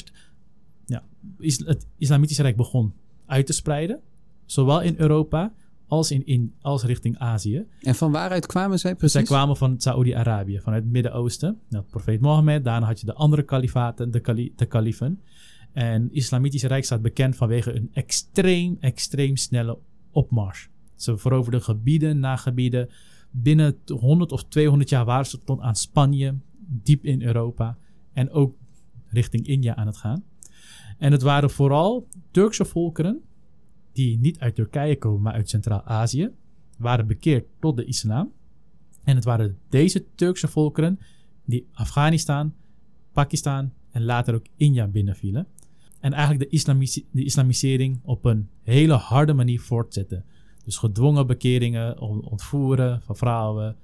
B: het islamitische rijk begon uit te spreiden. Zowel in Europa als richting Azië.
A: En van waaruit kwamen zij precies?
B: Zij kwamen van Saoedi-Arabië, van het Midden-Oosten. Profeet Mohammed, daarna had je de andere kalifaten, de kaliefen. En het islamitische rijk staat bekend vanwege een extreem snelle opmars. Ze veroverden gebieden na gebieden. Binnen 100 of 200 jaar waren ze tot aan Spanje, diep in Europa. En ook richting India aan het gaan. En het waren vooral Turkse volkeren die niet uit Turkije komen, maar uit Centraal-Azië, waren bekeerd tot de islam. En het waren deze Turkse volkeren die Afghanistan, Pakistan en later ook India binnenvielen. En eigenlijk de islamisering op een hele harde manier voortzetten. Dus gedwongen bekeringen, ontvoeren van vrouwen.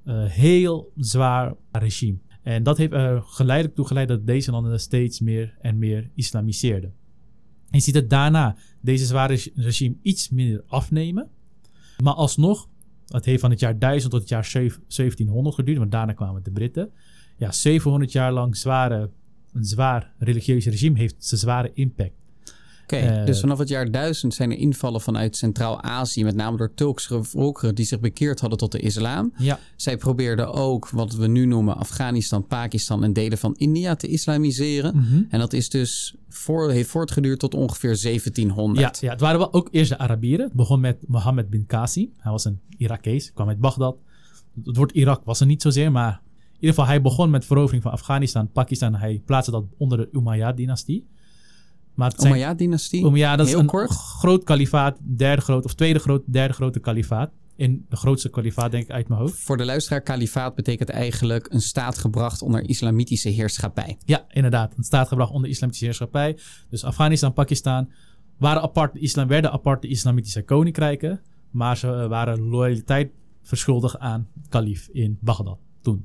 B: Heel zwaar regime. En dat heeft er geleidelijk toe geleid dat deze landen steeds meer en meer islamiseerden. En je ziet het daarna, deze zware regime, iets minder afnemen. Maar alsnog, het heeft van het jaar 1000 tot het jaar 1700 geduurd, want daarna kwamen de Britten. 700 jaar lang een zwaar religieus regime heeft zijn zware impact.
A: Oké, dus vanaf het jaar 1000 zijn er invallen vanuit Centraal-Azië, met name door Turkse volkeren die zich bekeerd hadden tot de islam.
B: Ja.
A: Zij probeerden ook wat we nu noemen Afghanistan, Pakistan en delen van India te islamiseren. En dat is dus heeft voortgeduurd tot ongeveer 1700.
B: Ja, het waren wel ook eerst de Arabieren. Het begon met Mohammed bin Qasim. Hij was een Irakees, kwam uit Bagdad. Het woord Irak was er niet zozeer, maar in ieder geval hij begon met verovering van Afghanistan, Pakistan. Hij plaatste dat onder de Umayyad-dynastie.
A: Umayyad-dynastie?
B: Dat is
A: heel
B: een
A: kort.
B: Groot kalifaat, derde grote kalifaat. In de grootste kalifaat, denk ik, uit mijn hoofd.
A: Voor de luisteraar, kalifaat betekent eigenlijk een staat gebracht onder islamitische heerschappij.
B: Ja, inderdaad. Een staat gebracht onder islamitische heerschappij. Dus Afghanistan, Pakistan, werden aparte islamitische koninkrijken, maar ze waren loyaliteit verschuldigd aan het kalief in Bagdad toen.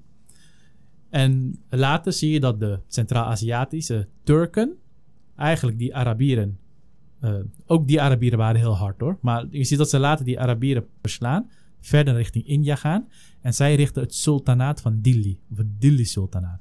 B: En later zie je dat de Centraal-Aziatische Turken, eigenlijk die Arabieren, ook die Arabieren waren heel hard hoor, maar je ziet dat ze later die Arabieren verslaan, verder richting India gaan en zij richten het sultanaat van Dili, of het Dili-sultanaat.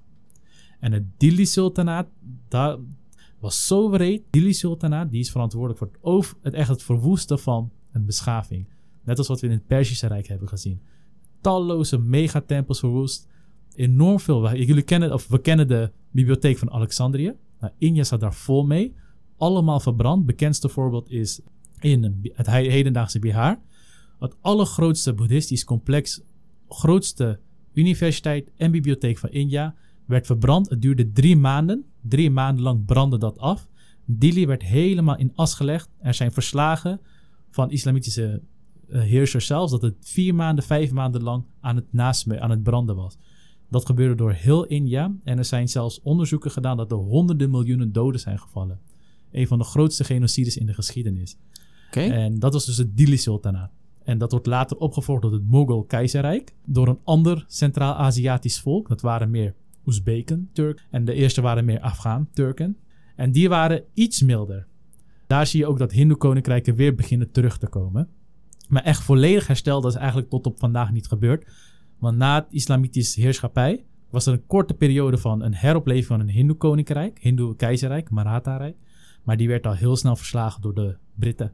B: En het Dili-sultanaat, dat was zo wreed. Dili-sultanaat, die is verantwoordelijk voor het verwoesten van een beschaving. Net als wat we in het Perzische Rijk hebben gezien. Talloze megatempels verwoest. Enorm veel. We kennen de bibliotheek van Alexandrië. Nou, India staat daar vol mee. Allemaal verbrand. Het bekendste voorbeeld is in het hedendaagse Bihar. Het allergrootste boeddhistisch complex, grootste universiteit en bibliotheek van India werd verbrand. Het duurde 3 maanden. 3 maanden lang brandde dat af. Dili werd helemaal in as gelegd. Er zijn verslagen van islamitische heersers zelfs dat het 4 maanden, 5 maanden lang aan het branden was. Dat gebeurde door heel India. En er zijn zelfs onderzoeken gedaan dat er honderden miljoenen doden zijn gevallen. Een van de grootste genocides in de geschiedenis.
A: Okay.
B: En dat was dus het Dili-sultanaat. En dat wordt later opgevolgd door het Mogol-keizerrijk. Door een ander Centraal-Aziatisch volk. Dat waren meer Oezbeken, Turken. En de eerste waren meer Afghaan, Turken. En die waren iets milder. Daar zie je ook dat Hindoe-koninkrijken weer beginnen terug te komen. Maar echt volledig herstel, dat is eigenlijk tot op vandaag niet gebeurd. Want na het islamitische heerschappij was er een korte periode van een heropleving van een Hindoe-koninkrijk. Hindoe-keizerrijk, Maratha-rijk. Maar die werd al heel snel verslagen door de Britten.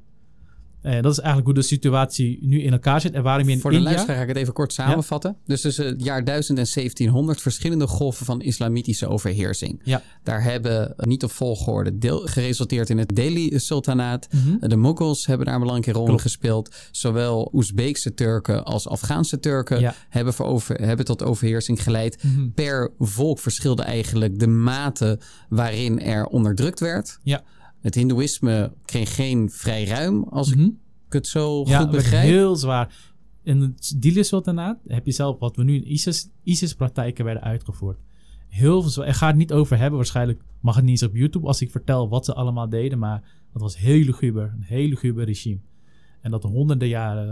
B: Dat is eigenlijk hoe de situatie nu in elkaar zit. Er waren meer in
A: Voor de luisteraar ga ik het even kort samenvatten. Ja. Dus tussen het jaar 1000 en 1700 verschillende golven van islamitische overheersing.
B: Ja.
A: Daar hebben niet op volgorde geresulteerd in het Delhi-sultanaat. De Moguls hebben daar een belangrijke rol in gespeeld. Zowel Oezbeekse Turken als Afghaanse Turken hebben tot overheersing geleid. Per volk verschilde eigenlijk de mate waarin er onderdrukt werd.
B: Ja.
A: Het Hindoeïsme kreeg geen vrij ruim, als ik het zo goed begrijp.
B: Ja, heel zwaar. In het Dili-sultanaat heb je zelf wat we nu in ISIS-praktijken werden uitgevoerd. Heel veel zwaar. Ik ga het niet over hebben. Waarschijnlijk mag het niet eens op YouTube als ik vertel wat ze allemaal deden. Maar dat was heel luguber. Een heel luguber regime. En dat honderden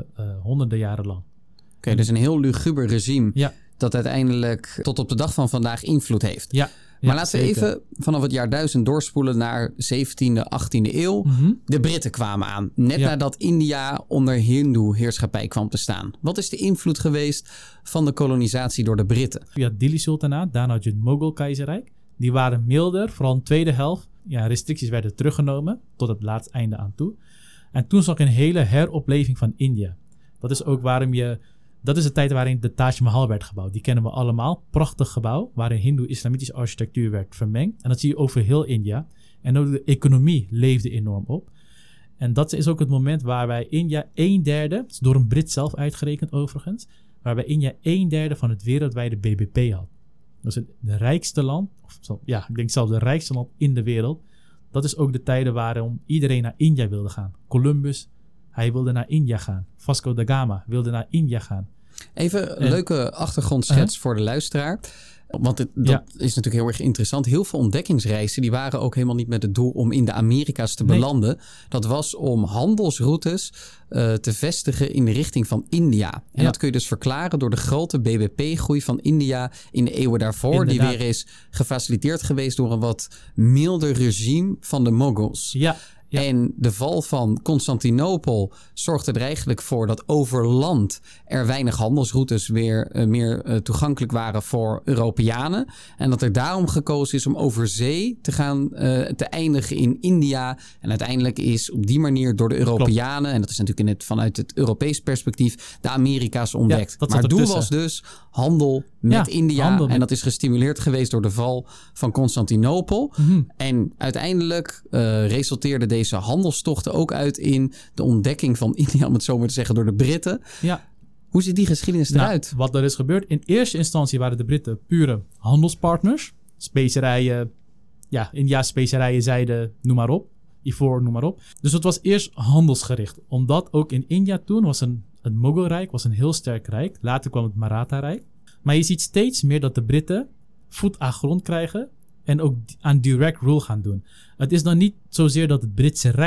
B: jaren lang.
A: Oké, dus een heel luguber regime dat uiteindelijk tot op de dag van vandaag invloed heeft.
B: Ja.
A: Maar laten we even vanaf het jaar 1000 doorspoelen naar 17e, 18e eeuw. De Britten kwamen aan. Net nadat India onder Hindoe-heerschappij kwam te staan. Wat is de invloed geweest van de kolonisatie door de Britten?
B: Je had Dili-sultanaat, daarna had je het Mogol-keizerrijk. Die waren milder, vooral in de tweede helft. Ja, restricties werden teruggenomen tot het laatste einde aan toe. En toen zag je een hele heropleving van India. Dat is ook dat is de tijd waarin de Taj Mahal werd gebouwd. Die kennen we allemaal. Prachtig gebouw waarin Hindoe-islamitische architectuur werd vermengd. En dat zie je over heel India. En ook de economie leefde enorm op. En dat is ook het moment waarbij India 1/3, door een Brit zelf uitgerekend overigens, waarbij India 1/3 van het wereldwijde BBP had. Dat is het rijkste land, ik denk zelfs het rijkste land in de wereld. Dat is ook de tijden waarom iedereen naar India wilde gaan. Natuurlijk, hij wilde naar India gaan. Vasco da Gama wilde naar India gaan.
A: Even een leuke achtergrondschets voor de luisteraar. Want dat is natuurlijk heel erg interessant. Heel veel ontdekkingsreizen die waren ook helemaal niet met het doel om in de Amerika's te belanden. Dat was om handelsroutes te vestigen in de richting van India. En dat kun je dus verklaren door de grote BBP-groei van India in de eeuwen daarvoor. Inderdaad. Die weer is gefaciliteerd geweest door een wat milder regime van de Moguls.
B: Ja. Ja.
A: En de val van Constantinopel zorgde er eigenlijk voor dat over land er weinig handelsroutes weer meer toegankelijk waren voor Europeanen. En dat er daarom gekozen is om over zee te gaan te eindigen in India. En uiteindelijk is op die manier door de Europeanen, en dat is natuurlijk vanuit het Europees perspectief, de Amerika's ontdekt. Maar het doel was dus handel met India. En dat is gestimuleerd geweest door de val van Constantinopel. En uiteindelijk resulteerde deze handelstochten ook uit in de ontdekking van India, om het zo maar te zeggen, door de Britten. Ja. Hoe ziet die geschiedenis eruit?
B: Wat er is gebeurd, in eerste instantie waren de Britten pure handelspartners. Specerijen, India's specerijen, zijde, noem maar op. Ivoor, noem maar op. Dus het was eerst handelsgericht. Omdat ook in India toen was het Mogolrijk was een heel sterk rijk. Later kwam het Maratha-rijk. Maar je ziet steeds meer dat de Britten voet aan grond krijgen en ook aan direct rule gaan doen. Het is dan niet zozeer dat het Britse Rijk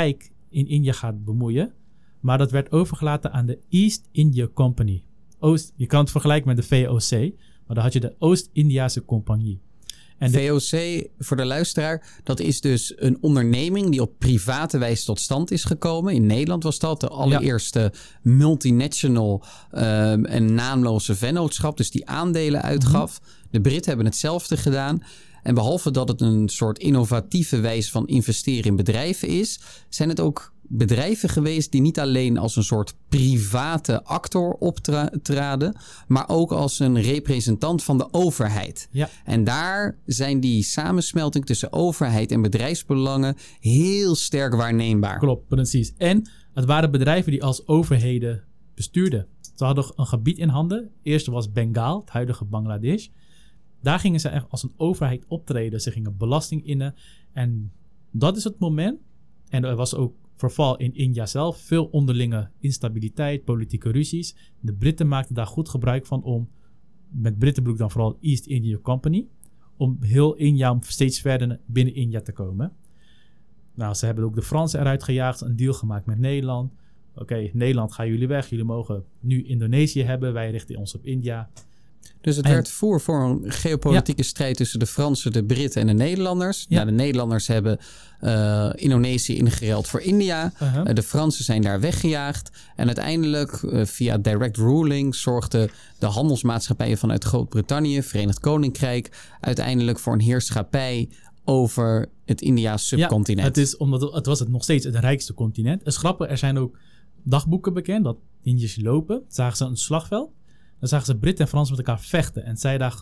B: in India gaat bemoeien. Maar dat werd overgelaten aan de East India Company. Je kan het vergelijken met de VOC, maar dan had je de Oost-Indiase Compagnie.
A: En VOC, voor de luisteraar, dat is dus een onderneming die op private wijze tot stand is gekomen. In Nederland was dat de allereerste multinational en naamloze vennootschap, dus die aandelen uitgaf. De Britten hebben hetzelfde gedaan. En behalve dat het een soort innovatieve wijze van investeren in bedrijven is, zijn het ook bedrijven geweest die niet alleen als een soort private actor optraden, maar ook als een representant van de overheid.
B: Ja.
A: En daar zijn die samensmelting tussen overheid en bedrijfsbelangen heel sterk waarneembaar.
B: Klopt, precies. En het waren bedrijven die als overheden bestuurden. Ze hadden een gebied in handen. Eerst was Bengaal, het huidige Bangladesh. Daar gingen ze echt als een overheid optreden. Ze gingen belasting innen. En dat is het moment. En er was ook verval in India zelf. Veel onderlinge instabiliteit, politieke ruzies. De Britten maakten daar goed gebruik van om, met Britten dan vooral East India Company, om heel India, om steeds verder binnen India te komen. Nou, ze hebben ook de Fransen eruit gejaagd, een deal gemaakt met Nederland. Oké, Nederland, gaan jullie weg. Jullie mogen nu Indonesië hebben. Wij richten ons op India.
A: Dus het werd voor een geopolitieke strijd tussen de Fransen, de Britten en de Nederlanders. Ja. Nou, de Nederlanders hebben Indonesië ingeruild voor India. De Fransen zijn daar weggejaagd. En uiteindelijk via direct ruling zorgden de handelsmaatschappijen vanuit Groot-Brittannië, Verenigd Koninkrijk, uiteindelijk voor een heerschappij over het India's subcontinent.
B: Ja, het is omdat het was nog steeds het rijkste continent. Het is grappig, er zijn ook dagboeken bekend dat Indiërs lopen. Zagen ze een slagveld. Dan zagen ze Britten en Fransen met elkaar vechten. En zij dacht,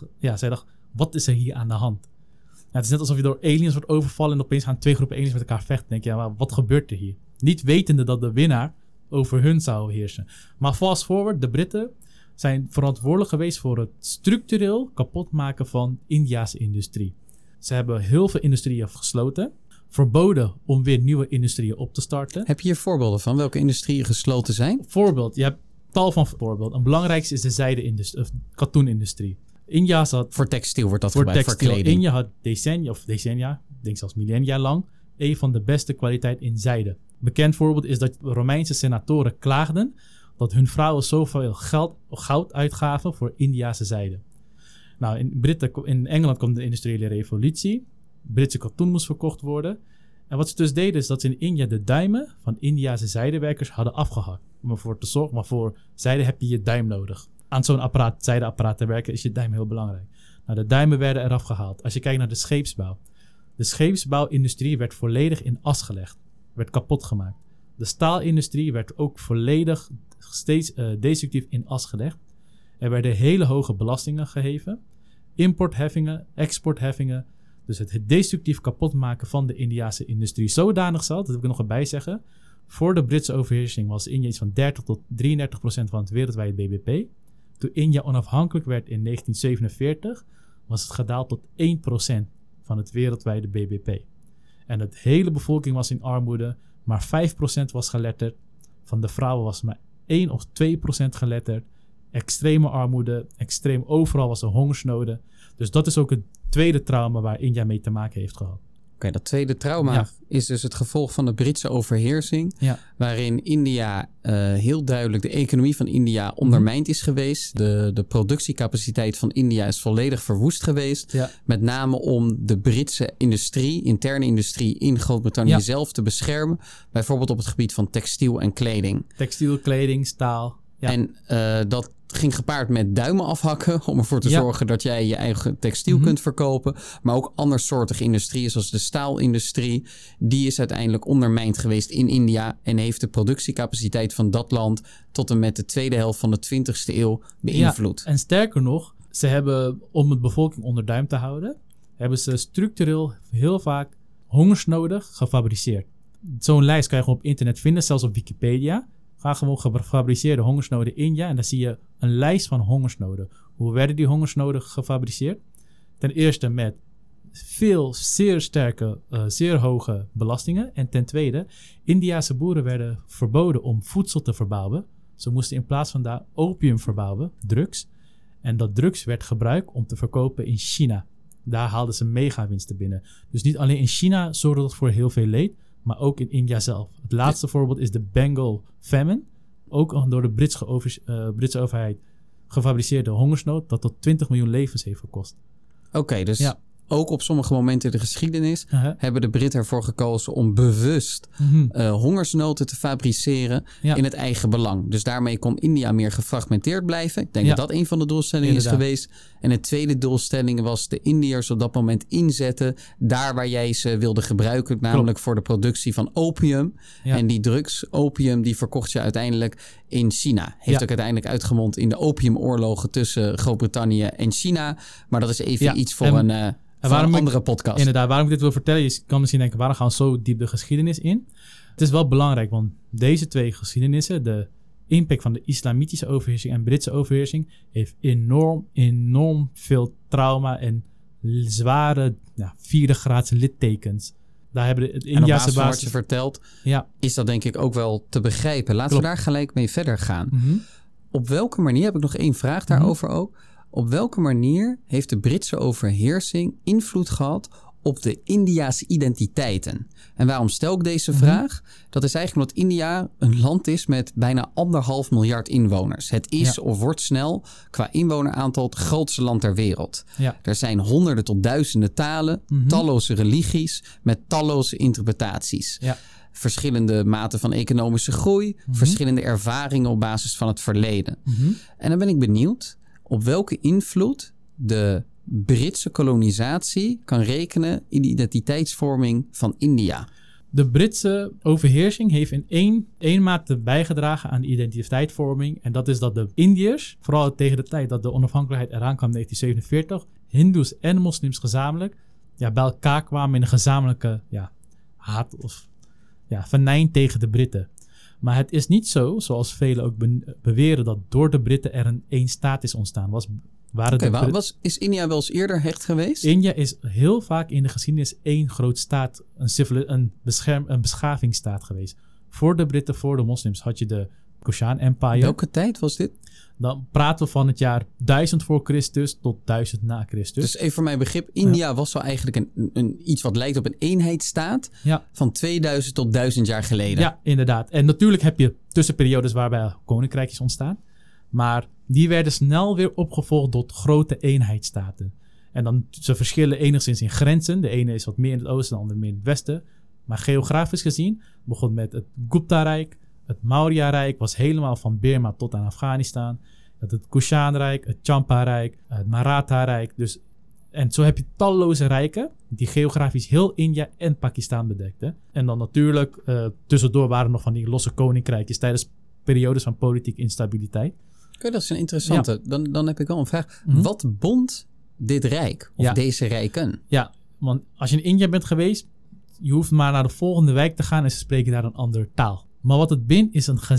B: wat is er hier aan de hand? Nou, het is net alsof je door aliens wordt overvallen en opeens gaan 2 groepen aliens met elkaar vechten. Dan denk je, wat gebeurt er hier? Niet wetende dat de winnaar over hun zou heersen. Maar fast forward, de Britten zijn verantwoordelijk geweest voor het structureel kapotmaken van India's industrie. Ze hebben heel veel industrieën gesloten. Verboden om weer nieuwe industrieën op te starten.
A: Heb je hier voorbeelden van welke industrieën gesloten zijn?
B: Voorbeeld, je hebt tal van voorbeelden. Een belangrijkste is de zijde-industrie, of katoenindustrie. India had...
A: Voor textiel wordt dat gebruikt, voor kleding.
B: India had decennia, ik denk zelfs millennia lang, een van de beste kwaliteit in zijde. Bekend voorbeeld is dat Romeinse senatoren klaagden dat hun vrouwen zoveel goud uitgaven voor Indiase zijde. Nou, in Engeland kwam de industriële revolutie. Britse katoen moest verkocht worden. En wat ze dus deden is dat ze in India de duimen van Indiase zijdewerkers hadden afgehakt. Om ervoor te zorgen, maar voor zijde heb je je duim nodig. Aan zo'n zijdeapparaat te werken is je duim heel belangrijk. Nou, de duimen werden eraf gehaald. Als je kijkt naar de scheepsbouw. De scheepsbouwindustrie werd volledig in as gelegd. Werd kapot gemaakt. De staalindustrie werd ook volledig steeds destructief in as gelegd. Er werden hele hoge belastingen geheven. Importheffingen, exportheffingen. Dus het destructief kapotmaken van de Indiase industrie zodanig zal, dat wil ik er nog erbij zeggen. Voor de Britse overheersing was India iets van 30 tot 33% van het wereldwijde BBP. Toen India onafhankelijk werd in 1947, was het gedaald tot 1% van het wereldwijde BBP. En de hele bevolking was in armoede, maar 5% was geletterd. Van de vrouwen was maar 1 of 2% geletterd. Extreme armoede, overal was er hongersnoden. Dus dat is ook het tweede trauma waar India mee te maken heeft gehad.
A: Oké, dat tweede trauma is dus het gevolg van de Britse overheersing. Ja. Waarin India heel duidelijk de economie van India ondermijnd is geweest. De productiecapaciteit van India is volledig verwoest geweest. Ja. Met name om de Britse industrie, interne industrie in Groot-Brittannië zelf te beschermen. Bijvoorbeeld op het gebied van textiel en kleding.
B: Textiel, kleding, staal. Ja.
A: En dat ging gepaard met duimen afhakken om ervoor te zorgen dat jij je eigen textiel kunt verkopen. Maar ook andersoortige industrieën zoals de staalindustrie. Die is uiteindelijk ondermijnd geweest in India en heeft de productiecapaciteit van dat land tot en met de tweede helft van de 20e eeuw beïnvloed.
B: Ja, en sterker nog, ze hebben, om de bevolking onder duim te houden, hebben ze structureel heel vaak hongersnoden gefabriceerd. Zo'n lijst kan je gewoon op internet vinden, zelfs op Wikipedia. Ga gewoon gefabriceerde hongersnoden in India en dan zie je een lijst van hongersnoden. Hoe werden die hongersnoden gefabriceerd? Ten eerste met veel zeer sterke, zeer hoge belastingen. En ten tweede, Indiase boeren werden verboden om voedsel te verbouwen. Ze moesten in plaats van daar opium verbouwen, drugs. En dat drugs werd gebruikt om te verkopen in China. Daar haalden ze mega winsten binnen. Dus niet alleen in China zorgde dat voor heel veel leed, maar ook in India zelf. Het laatste voorbeeld is de Bengal Famine. Ook door de Britse overheid gefabriceerde hongersnood dat tot 20 miljoen levens heeft gekost.
A: Oké, dus ook op sommige momenten in de geschiedenis hebben de Britten ervoor gekozen om bewust hongersnoden te fabriceren in het eigen belang. Dus daarmee kon India meer gefragmenteerd blijven. Ik denk dat dat een van de doelstellingen is geweest. En de tweede doelstelling was de Indiërs op dat moment inzetten daar waar jij ze wilde gebruiken, namelijk voor de productie van opium. Ja. En die drugs, opium, die verkocht je uiteindelijk in China. Heeft ook uiteindelijk uitgemond in de opiumoorlogen tussen Groot-Brittannië en China. Maar dat is even iets voor een andere podcast.
B: Inderdaad, waarom ik dit wil vertellen, je kan misschien denken, waarom gaan we zo diep de geschiedenis in? Het is wel belangrijk, want deze twee geschiedenissen, de impact van de islamitische overheersing en Britse overheersing, heeft enorm veel trauma en zware vierde graadse littekens. Daar hebben de Indiase basis
A: wat je vertelt, is dat denk ik ook wel te begrijpen. Laten we daar gelijk mee verder gaan. Op welke manier, heb ik nog één vraag daarover ook. Op welke manier heeft de Britse overheersing invloed gehad op de Indiase identiteiten? En waarom stel ik deze vraag? Dat is eigenlijk omdat India een land is met bijna 1,5 miljard inwoners. Het is of wordt snel qua inwoneraantal het grootste land ter wereld. Ja. Er zijn honderden tot duizenden talen, talloze religies met talloze interpretaties. Ja. Verschillende maten van economische groei, verschillende ervaringen op basis van het verleden. En dan ben ik benieuwd op welke invloed de Britse kolonisatie kan rekenen in de identiteitsvorming van India.
B: De Britse overheersing heeft in één mate bijgedragen aan de identiteitsvorming. En dat is dat de Indiërs, vooral tegen de tijd dat de onafhankelijkheid eraan kwam in 1947, Hindoes en moslims gezamenlijk bij elkaar kwamen in een gezamenlijke haat of venijn tegen de Britten. Maar het is niet zo, zoals velen ook beweren, dat door de Britten er een één staat is ontstaan.
A: Is India wel eens eerder hecht geweest?
B: India is heel vaak in de geschiedenis één groot staat, een beschavingsstaat geweest. Voor de Britten, voor de moslims had je de Kushan Empire.
A: Welke tijd was dit?
B: Dan praten we van het jaar 1000 voor Christus tot 1000 na Christus.
A: Dus even voor mijn begrip, India was wel eigenlijk iets wat lijkt op een eenheidsstaat van 2000 tot 1000 jaar geleden.
B: Ja, inderdaad. En natuurlijk heb je tussenperiodes waarbij koninkrijkjes ontstaan. Maar die werden snel weer opgevolgd tot grote eenheidsstaten. En dan, ze verschillen enigszins in grenzen. De ene is wat meer in het oosten, de andere meer in het westen. Maar geografisch gezien begon met het Gupta-rijk. Het Maurya-rijk was helemaal van Burma tot aan Afghanistan. Het Kushan-rijk, het Champa-rijk, het Maratha-rijk. En zo heb je talloze rijken die geografisch heel India en Pakistan bedekten. En dan natuurlijk tussendoor waren nog van die losse koninkrijkjes tijdens periodes van politieke instabiliteit.
A: Oké, dat is een interessante. Ja. Dan heb ik wel een vraag. Wat bond dit rijk of deze rijken?
B: Ja, want als je in India bent geweest, je hoeft maar naar de volgende wijk te gaan en ze spreken daar een andere taal. Maar wat het bindt is een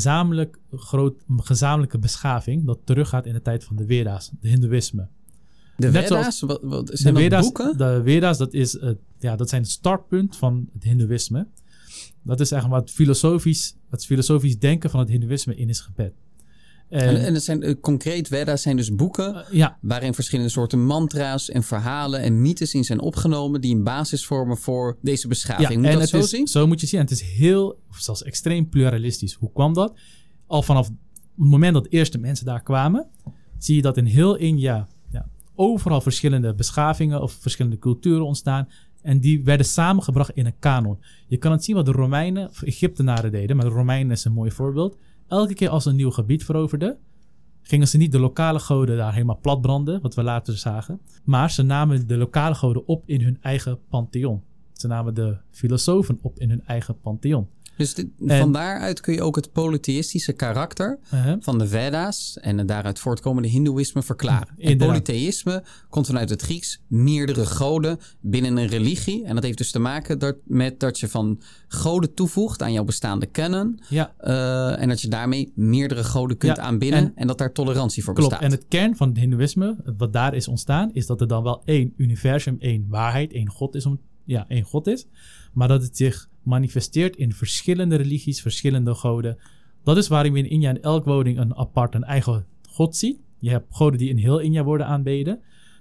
B: gezamenlijke beschaving dat teruggaat in de tijd van de Veda's, de Hindoeïsme.
A: De Veda's? Wat zijn dat boeken?
B: De Veda's, dat zijn het startpunt van het Hindoeïsme. Dat is eigenlijk het filosofisch denken van het Hindoeïsme in is gebed.
A: En het zijn concreet Veda's zijn dus boeken waarin verschillende soorten mantra's en verhalen en mythes in zijn opgenomen die een basis vormen voor deze beschaving. Moet je dat zo zien?
B: Zo moet je zien. En het is zelfs extreem pluralistisch. Hoe kwam dat? Al vanaf het moment dat de eerste mensen daar kwamen, zie je dat in heel India overal verschillende beschavingen of verschillende culturen ontstaan. En die werden samengebracht in een kanon. Je kan het zien wat de Romeinen of Egyptenaren deden, maar de Romeinen is een mooi voorbeeld. Elke keer als ze een nieuw gebied veroverden, gingen ze niet de lokale goden daar helemaal platbranden, wat we later zagen. Maar ze namen de lokale goden op in hun eigen pantheon. Ze namen de filosofen op in hun eigen pantheon.
A: Dus van daaruit kun je ook het polytheïstische karakter van de Veda's en het daaruit voortkomende Hindoeïsme verklaren. En polytheïsme komt vanuit het Grieks meerdere goden binnen een religie. En dat heeft dus te maken met dat je van goden toevoegt aan jouw bestaande canon. Ja. En dat je daarmee meerdere goden kunt aanbidden en dat daar tolerantie voor bestaat.
B: En het kern van het Hindoeïsme, wat daar is ontstaan, is dat er dan wel één universum, één waarheid, één God is. Één God is. Maar dat het zich manifesteert in verschillende religies, verschillende goden. Dat is waarin we in India in elk woning een eigen God ziet. Je hebt goden die in heel India worden aanbeden.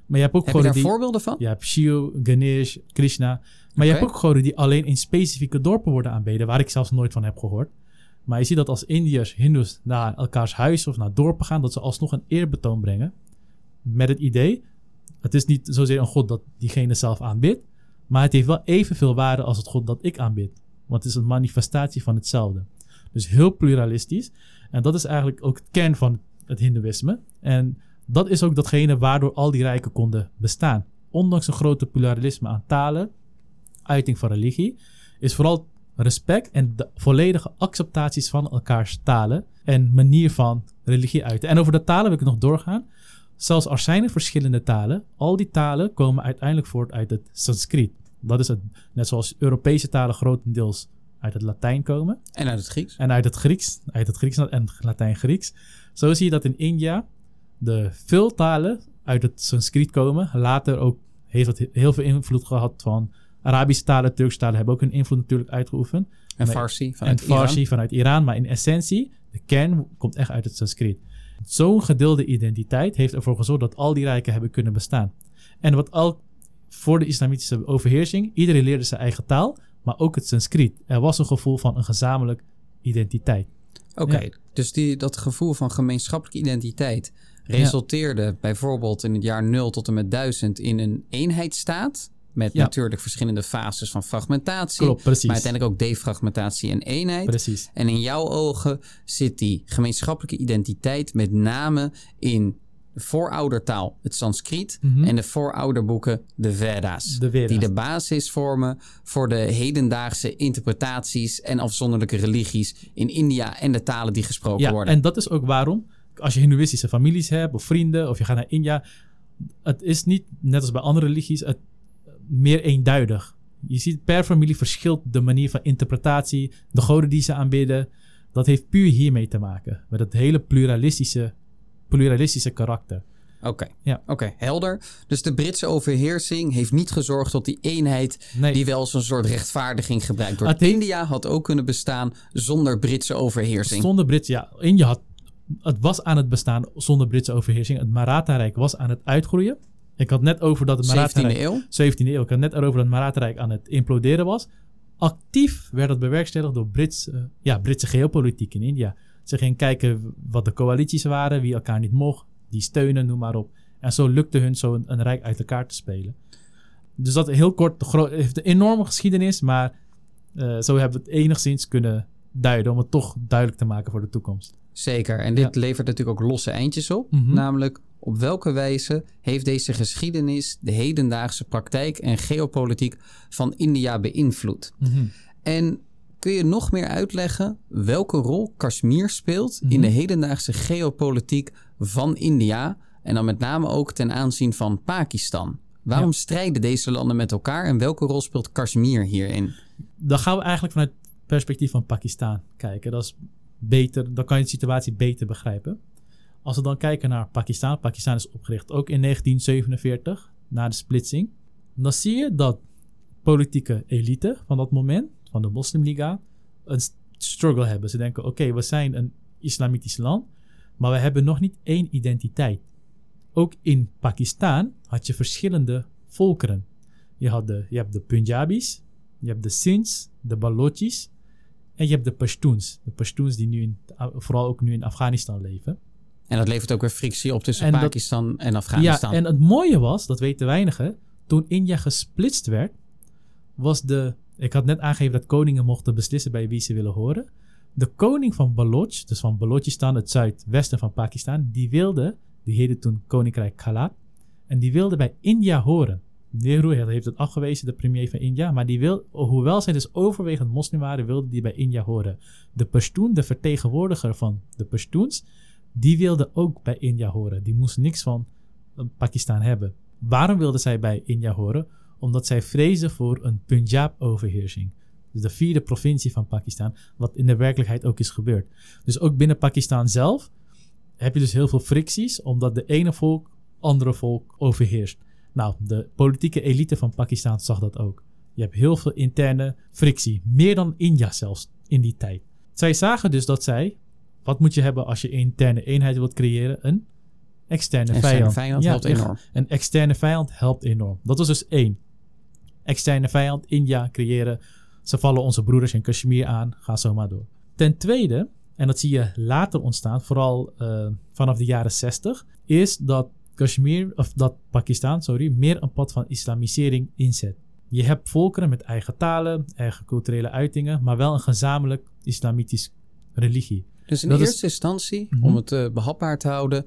B: Maar je hebt ook
A: Heb je
B: goden
A: daar voorbeelden van?
B: Je hebt Shiva, Ganesh, Krishna. Maar je hebt ook goden die alleen in specifieke dorpen worden aanbeden, waar ik zelfs nooit van heb gehoord. Maar je ziet dat als Indiërs, Hindoes naar elkaars huis of naar dorpen gaan, dat ze alsnog een eerbetoon brengen. Met het idee, het is niet zozeer een god dat diegene zelf aanbidt, maar het heeft wel evenveel waarde als het god dat ik aanbid. Want het is een manifestatie van hetzelfde. Dus heel pluralistisch. En dat is eigenlijk ook het kern van het Hindoeïsme. En dat is ook datgene waardoor al die rijken konden bestaan. Ondanks een grote pluralisme aan talen, uiting van religie, is vooral respect en de volledige acceptaties van elkaars talen en manier van religie uiten. En over de talen wil ik nog doorgaan. Zelfs als zijn er verschillende talen, al die talen komen uiteindelijk voort uit het Sanskriet. Dat is het, net zoals Europese talen grotendeels uit het Latijn komen.
A: En uit het Grieks.
B: En uit het Grieks en Latijn-Grieks. Zo zie je dat in India de veel talen uit het Sanskriet komen. Later ook heeft het heel veel invloed gehad van Arabische talen, Turkse talen hebben ook hun invloed natuurlijk uitgeoefend.
A: En Farsi vanuit
B: Iran. Maar in essentie, de kern komt echt uit het Sanskriet. Zo'n gedeelde identiteit heeft ervoor gezorgd dat al die rijken hebben kunnen bestaan. En wat al voor de islamitische overheersing, iedereen leerde zijn eigen taal, maar ook het Sanskriet. Er was een gevoel van een gezamenlijk identiteit.
A: Oké, dus dat gevoel van gemeenschappelijke identiteit resulteerde bijvoorbeeld in het jaar 0 tot en met 1000 in een eenheidsstaat. Met natuurlijk verschillende fases van fragmentatie.
B: Klopt, precies.
A: Maar uiteindelijk ook defragmentatie en eenheid.
B: Precies.
A: En in jouw ogen zit die gemeenschappelijke identiteit met name in de vooroudertaal, het Sanskriet, en de voorouderboeken, de Veda's. Die de basis vormen voor de hedendaagse interpretaties en afzonderlijke religies in India en de talen die gesproken worden.
B: En dat is ook waarom, als je Hindoeïstische families hebt of vrienden of je gaat naar India, het is niet, net als bij andere religies, meer eenduidig. Je ziet per familie verschilt de manier van interpretatie, de goden die ze aanbidden. Dat heeft puur hiermee te maken. Met het hele pluralistische karakter.
A: Oké, helder. Dus de Britse overheersing heeft niet gezorgd tot die eenheid die wel als een soort rechtvaardiging gebruikt wordt. India had ook kunnen bestaan zonder Britse overheersing.
B: Zonder Britse, India het was aan het bestaan zonder Britse overheersing. Het Maratha-rijk was aan het uitgroeien. Ik had net over dat het Maratha-rijk... 17e eeuw. Ik had net over dat het Maratha-rijk aan het imploderen was. Actief werd dat bewerkstelligd door Britse geopolitiek in India. Ze gingen kijken wat de coalities waren, wie elkaar niet mocht, die steunen, noem maar op. En zo lukte hun zo een rijk uit elkaar te spelen. Dus dat heel kort, heeft een enorme geschiedenis, maar zo hebben we het enigszins kunnen duiden om het toch duidelijk te maken voor de toekomst.
A: Zeker, en dit levert natuurlijk ook losse eindjes op, namelijk op welke wijze heeft deze geschiedenis de hedendaagse praktijk en geopolitiek van India beïnvloed? En kun je nog meer uitleggen welke rol Kashmir speelt in de hedendaagse geopolitiek van India en dan met name ook ten aanzien van Pakistan? Waarom strijden deze landen met elkaar en welke rol speelt Kashmir hierin?
B: Dan gaan we eigenlijk vanuit het perspectief van Pakistan kijken. Dat is beter, dan kan je de situatie beter begrijpen. Als we dan kijken naar Pakistan. Pakistan is opgericht ook in 1947, na de splitsing. Dan zie je dat politieke elite van dat moment, van de Moslimliga, een struggle hebben. Ze denken, oké, we zijn een islamitisch land, maar we hebben nog niet één identiteit. Ook in Pakistan had je verschillende volkeren. Je hebt de Punjabis, je hebt de Sinds, de Balochis en je hebt de Pashtuns. De Pashtuns die vooral ook nu in Afghanistan leven.
A: En dat levert ook weer frictie op tussen Pakistan en Afghanistan.
B: Ja, en het mooie was, dat weten weinigen, toen India gesplitst werd, was ik had net aangegeven dat koningen mochten beslissen bij wie ze willen horen. De koning van Baloch, dus van Balochistan, het zuidwesten van Pakistan, die heette toen Koninkrijk Khalat, en die wilde bij India horen. Nehru heeft het afgewezen, de premier van India, maar hoewel zij dus overwegend moslim waren, wilde die bij India horen. De Pashtun, de vertegenwoordiger van de Pashtuns, die wilde ook bij India horen. Die moest niks van Pakistan hebben. Waarom wilde zij bij India horen? Omdat zij vreesden voor een Punjab-overheersing. Dus de 4e provincie van Pakistan, wat in de werkelijkheid ook is gebeurd. Dus ook binnen Pakistan zelf heb je dus heel veel fricties, omdat de ene volk andere volk overheerst. Nou, de politieke elite van Pakistan zag dat ook. Je hebt heel veel interne frictie, meer dan India zelfs in die tijd. Zij zagen dus dat wat moet je hebben als je interne eenheid wilt creëren? Een Externe
A: vijand helpt enorm.
B: Een externe vijand helpt enorm. Dat was dus 1. Externe vijand, India creëren. Ze vallen onze broeders in Kashmir aan. Ga zo maar door. Ten tweede, en dat zie je later ontstaan, vooral vanaf de jaren 60, is dat Pakistan meer een pad van islamisering inzet. Je hebt volkeren met eigen talen, eigen culturele uitingen, maar wel een gezamenlijk islamitisch religie.
A: Dus in eerste instantie, om het behapbaar te houden,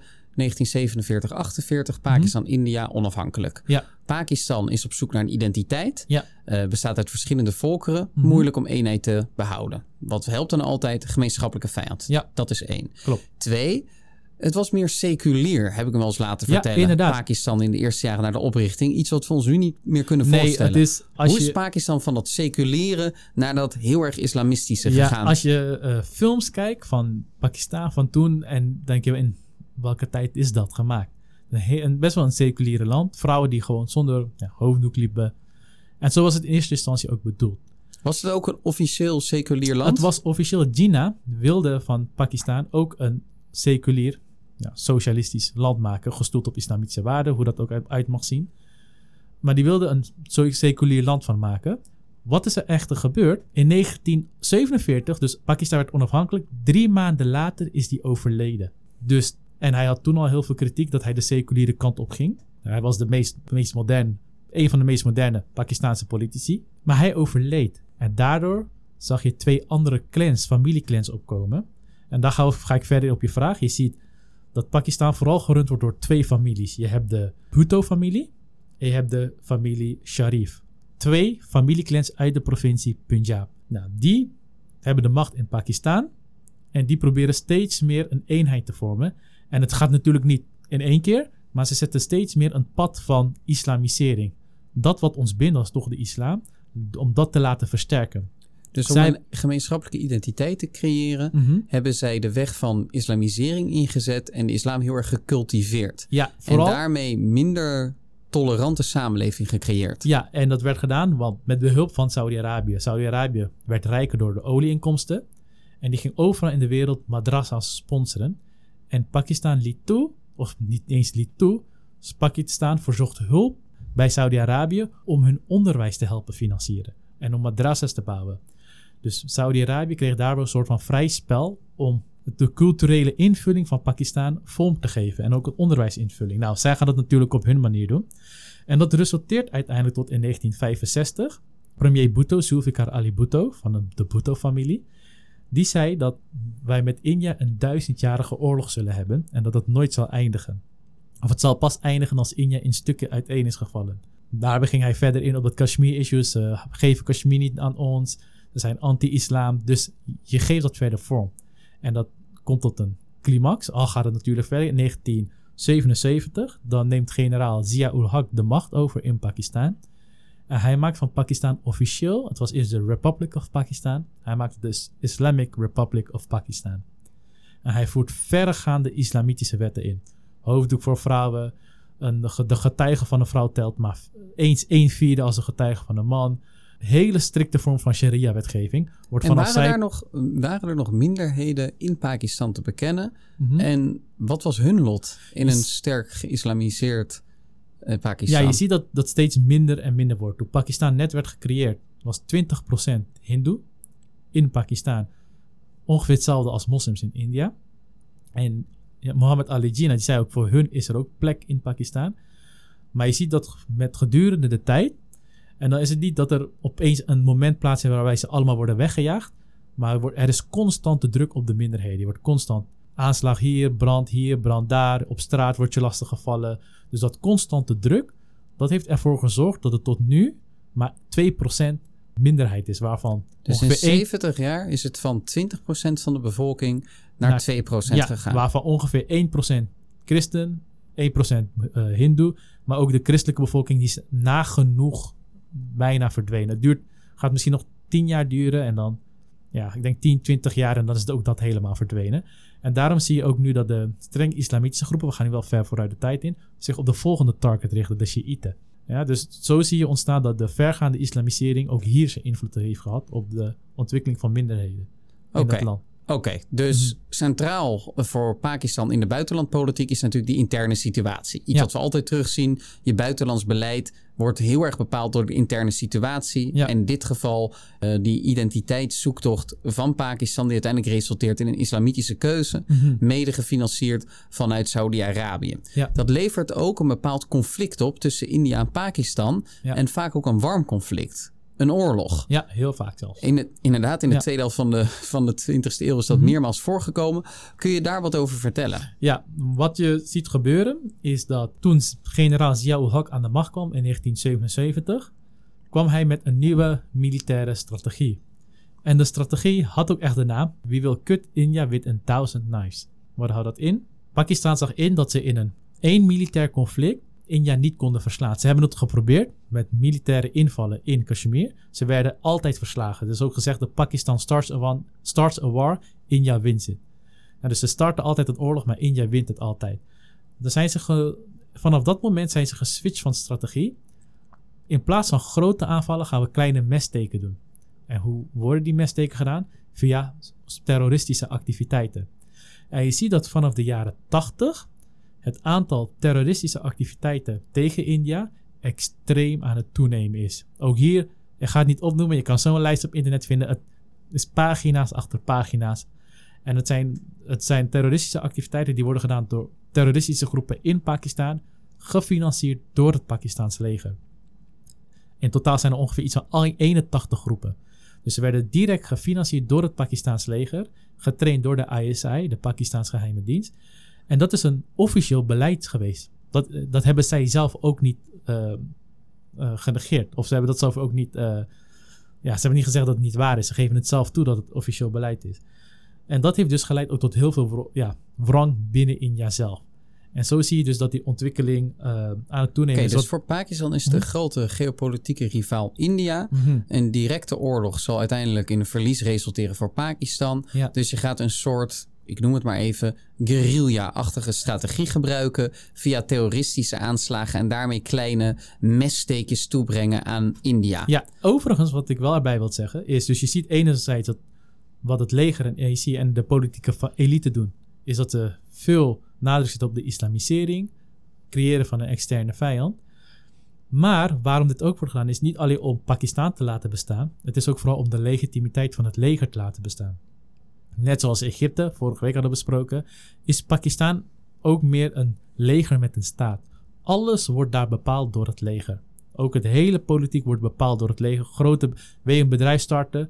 A: 1947-48, Pakistan-India onafhankelijk.
B: Ja.
A: Pakistan is op zoek naar een identiteit.
B: Ja.
A: Bestaat uit verschillende volkeren. Moeilijk om eenheid te behouden. Wat helpt dan altijd? Gemeenschappelijke vijand.
B: Ja.
A: Dat is 1.
B: Klopt.
A: 2, het was meer seculier, heb ik me wel eens laten vertellen.
B: Ja, inderdaad.
A: Pakistan in de eerste jaren na de oprichting. Iets wat we ons nu niet meer kunnen voorstellen.
B: Het is,
A: Hoe is Pakistan van dat seculiere naar dat heel erg islamistische gegaan?
B: Als je films kijkt van Pakistan van toen en denk je in welke tijd is dat gemaakt? Best wel een seculiere land. Vrouwen die gewoon zonder hoofddoek liepen. En zo was het in eerste instantie ook bedoeld.
A: Was het ook een officieel seculier land?
B: Het was officieel. Jinnah wilde van Pakistan ook een seculier, socialistisch land maken. Gestoeld op islamitische waarden, hoe dat ook uit mag zien. Maar die wilde een seculier land van maken. Wat is er echter gebeurd? In 1947, dus Pakistan werd onafhankelijk. 3 maanden later is die overleden. En hij had toen al heel veel kritiek dat hij de seculiere kant op ging. Hij was een van de meest moderne Pakistanse politici. Maar hij overleed. En daardoor zag je 2 andere familieclans opkomen. En daar ga ik verder op je vraag. Je ziet dat Pakistan vooral gerund wordt door 2 families. Je hebt de Bhutto-familie en je hebt de familie Sharif. 2 familieclans uit de provincie Punjab. Nou, die hebben de macht in Pakistan. En die proberen steeds meer een eenheid te vormen. En het gaat natuurlijk niet in 1 keer. Maar ze zetten steeds meer een pad van islamisering. Dat wat ons bindt is toch de islam. Om dat te laten versterken.
A: Dus om een gemeenschappelijke identiteit te creëren, hebben zij de weg van islamisering ingezet en de islam heel erg gecultiveerd.
B: Ja, vooral,
A: en daarmee minder tolerante samenleving gecreëerd.
B: Ja, en dat werd gedaan want met behulp van Saudi-Arabië. Saudi-Arabië werd rijker door de olieinkomsten. En die ging overal in de wereld madrassa's sponsoren. En Pakistan liet toe, of niet eens liet toe, Pakistan verzocht hulp bij Saudi-Arabië om hun onderwijs te helpen financieren. En om madrassas te bouwen. Dus Saudi-Arabië kreeg daardoor een soort van vrij spel om de culturele invulling van Pakistan vorm te geven. En ook een onderwijsinvulling. Nou, zij gaan dat natuurlijk op hun manier doen. En dat resulteert uiteindelijk tot in 1965. Premier Bhutto, Zulfikar Ali Bhutto, van de Bhutto-familie. Die zei dat wij met India een 1000-jarige oorlog zullen hebben. En dat het nooit zal eindigen. Of het zal pas eindigen als India in stukken uiteen is gevallen. Daarbij ging hij verder in op het Kashmir-issues. Geven Kashmir niet aan ons. Ze zijn anti-islam. Dus je geeft dat verder vorm. En dat komt tot een climax. Al gaat het natuurlijk verder. In 1977. Dan neemt generaal Zia-ul-Haq de macht over in Pakistan. En hij maakt van Pakistan officieel. Het was eerst de Republic of Pakistan. Hij maakte de Islamic Republic of Pakistan. En hij voert verregaande islamitische wetten in. Hoofddoek voor vrouwen. De getuige van een vrouw telt maar eens 1/4 als de getuige van een man. Hele strikte vorm van sharia-wetgeving.
A: Waren er nog minderheden in Pakistan te bekennen? En wat was hun lot in een sterk geïslamiseerd Pakistan?
B: Ja, je ziet dat steeds minder en minder wordt. Toen Pakistan net werd gecreëerd, was 20% hindoe in Pakistan. Ongeveer hetzelfde als moslims in India. En Muhammad Ali Jinnah, die zei ook, voor hun is er ook plek in Pakistan. Maar je ziet dat met gedurende de tijd. En dan is het niet dat er opeens een moment plaatsvindt waarbij ze allemaal worden weggejaagd. Maar er is constante druk op de minderheden. Je wordt constant aanslag hier, brand daar. Op straat wordt je lastiggevallen. Dus dat constante druk, dat heeft ervoor gezorgd dat het tot nu maar 2% minderheid is. Waarvan
A: dus in 70 jaar is het van 20% van de bevolking naar 2% gegaan.
B: Waarvan ongeveer 1% christen, 1% hindoe. Maar ook de christelijke bevolking die is nagenoeg bijna verdwenen. Het gaat misschien nog 10 jaar duren en dan, ik denk 10, 20 jaar en dan is het ook dat helemaal verdwenen. En daarom zie je ook nu dat de streng islamitische groepen, we gaan nu wel ver vooruit de tijd in, zich op de volgende target richten, de Shiiten. Ja, dus zo zie je ontstaan dat de vergaande islamisering ook hier zijn invloed heeft gehad op de ontwikkeling van minderheden in het land.
A: Oké, dus centraal voor Pakistan in de buitenlandpolitiek is natuurlijk die interne situatie. Iets wat we altijd terugzien. Je buitenlands beleid wordt heel erg bepaald door de interne situatie.
B: Ja.
A: En in dit geval die identiteitszoektocht van Pakistan die uiteindelijk resulteert in een islamitische keuze. Mede gefinancierd vanuit Saudi-Arabië.
B: Ja.
A: Dat levert ook een bepaald conflict op tussen India en Pakistan.
B: Ja.
A: En vaak ook een warm conflict. Een oorlog.
B: Ja, heel vaak zelfs.
A: Inderdaad, in de tweede helft van de 20e eeuw is dat meermaals voorgekomen. Kun je daar wat over vertellen?
B: Ja, wat je ziet gebeuren is dat toen generaal Zia-ul-Haq aan de macht kwam in 1977, kwam hij met een nieuwe militaire strategie. En de strategie had ook echt de naam: We will cut India with 1000 knives. Wat houdt dat in? Pakistan zag in dat ze in één militair conflict India niet konden verslaan. Ze hebben het geprobeerd met militaire invallen in Kashmir. Ze werden altijd verslagen. Er is ook gezegd dat Pakistan starts a war, India wins it. Nou, dus ze starten altijd een oorlog, maar India wint het altijd. Vanaf dat moment zijn ze geswitcht van strategie. In plaats van grote aanvallen gaan we kleine messteken doen. En hoe worden die messteken gedaan? Via terroristische activiteiten. En je ziet dat vanaf de jaren 80 het aantal terroristische activiteiten tegen India extreem aan het toenemen is. Ook hier, ik ga het niet opnoemen, je kan zo'n lijst op internet vinden. Het is pagina's achter pagina's. En het zijn terroristische activiteiten die worden gedaan door terroristische groepen in Pakistan, gefinancierd door het Pakistanse leger. In totaal zijn er ongeveer iets van 81 groepen. Dus ze werden direct gefinancierd door het Pakistanse leger, getraind door de ISI, de Pakistanse geheime dienst. En dat is een officieel beleid geweest. Dat hebben zij zelf ook niet genegeerd. Of ze hebben dat zelf ook niet... ze hebben niet gezegd dat het niet waar is. Ze geven het zelf toe dat het officieel beleid is. En dat heeft dus geleid ook tot heel veel wrang binnen India zelf. En zo zie je dus dat die ontwikkeling aan het toenemen is.
A: Dus voor Pakistan is de grote geopolitieke rivaal India. Een directe oorlog zal uiteindelijk in een verlies resulteren voor Pakistan.
B: Ja.
A: Dus je gaat een soort, ik noem het maar even, guerrilla-achtige strategie gebruiken via terroristische aanslagen en daarmee kleine messteekjes toebrengen aan India.
B: Ja, overigens wat ik wel erbij wil zeggen is, dus je ziet enerzijds dat wat het leger en ANC en de politieke elite doen, is dat ze veel nadruk zetten op de islamisering, creëren van een externe vijand. Maar waarom dit ook wordt gedaan is niet alleen om Pakistan te laten bestaan, het is ook vooral om de legitimiteit van het leger te laten bestaan. Net zoals Egypte, vorige week hadden besproken, is Pakistan ook meer een leger met een staat. Alles wordt daar bepaald door het leger. Ook het hele politiek wordt bepaald door het leger. Wil je een bedrijf starten,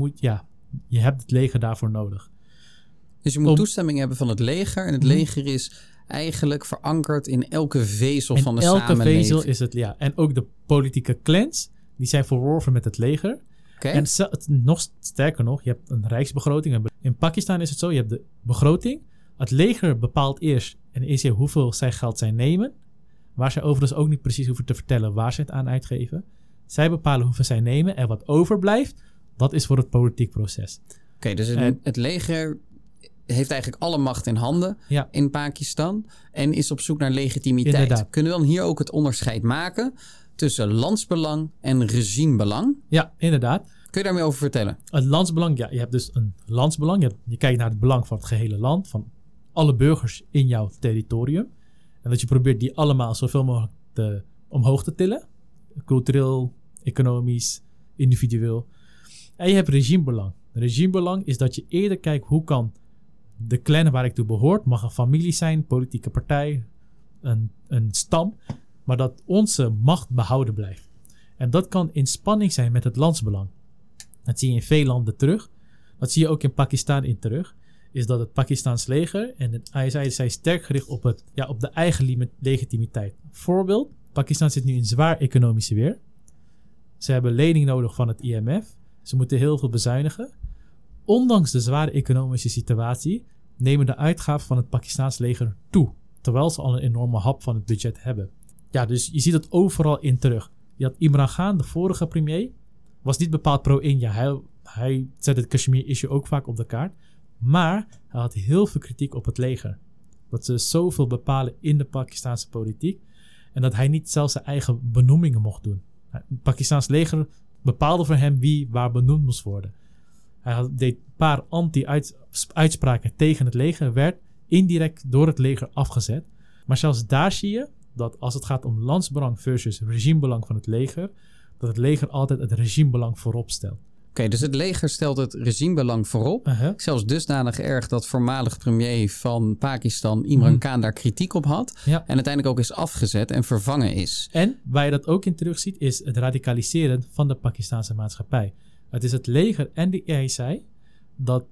B: je hebt het leger daarvoor nodig.
A: Dus je moet toestemming hebben van het leger. En het leger is eigenlijk verankerd in elke vezel van de samenleving.
B: Elke vezel is het, ja. En ook de politieke clans, die zijn verworven met het leger.
A: Okay.
B: En nog sterker nog, je hebt een rijksbegroting. In Pakistan is het zo, je hebt de begroting. Het leger bepaalt eerst en is hoeveel geld zij nemen. Waar zij overigens ook niet precies hoeven te vertellen waar ze het aan uitgeven. Zij bepalen hoeveel zij nemen en wat overblijft, dat is voor het politiek proces.
A: Oké, dus het leger heeft eigenlijk alle macht in handen in Pakistan en is op zoek naar legitimiteit.
B: Inderdaad.
A: Kunnen we dan hier ook het onderscheid maken tussen landsbelang en regimebelang?
B: Ja, inderdaad.
A: Kun je daarmee over vertellen?
B: Het landsbelang, je hebt dus een landsbelang. Je kijkt naar het belang van het gehele land, van alle burgers in jouw territorium. En dat je probeert die allemaal zoveel mogelijk omhoog te tillen. Cultureel, economisch, individueel. En je hebt regimebelang. Regimebelang is dat je eerder kijkt hoe kan de clan waar ik toe behoort, mag een familie zijn, politieke partij, een stam, maar dat onze macht behouden blijft. En dat kan in spanning zijn met het landsbelang. Dat zie je in veel landen terug. Dat zie je ook in Pakistan in terug. Is dat het Pakistaans leger en het ISI zijn sterk gericht op de eigen legitimiteit. Voorbeeld, Pakistan zit nu in zwaar economische weer. Ze hebben lening nodig van het IMF. Ze moeten heel veel bezuinigen. Ondanks de zware economische situatie nemen de uitgaven van het Pakistaans leger toe. Terwijl ze al een enorme hap van het budget hebben. Ja, dus je ziet het overal in terug. Je had Imran Khan, de vorige premier, was niet bepaald pro-India. Hij zette het Kashmir-issue ook vaak op de kaart. Maar hij had heel veel kritiek op het leger. Dat ze zoveel bepalen in de Pakistanse politiek. En dat hij niet zelfs zijn eigen benoemingen mocht doen. Het Pakistaans leger bepaalde voor hem wie waar benoemd moest worden. Hij deed paar anti-uitspraken tegen het leger werd indirect door het leger afgezet. Maar zelfs daar zie je dat als het gaat om landsbelang versus regimebelang van het leger, dat het leger altijd het regimebelang voorop stelt.
A: Oké, dus het leger stelt het regimebelang voorop. Zelfs dusdanig erg dat voormalig premier van Pakistan, Imran Khan, daar kritiek op had.
B: Ja.
A: En uiteindelijk ook is afgezet en vervangen is.
B: En waar je dat ook in terugziet, is het radicaliseren van de Pakistanse maatschappij. Het is het leger en de ISI dat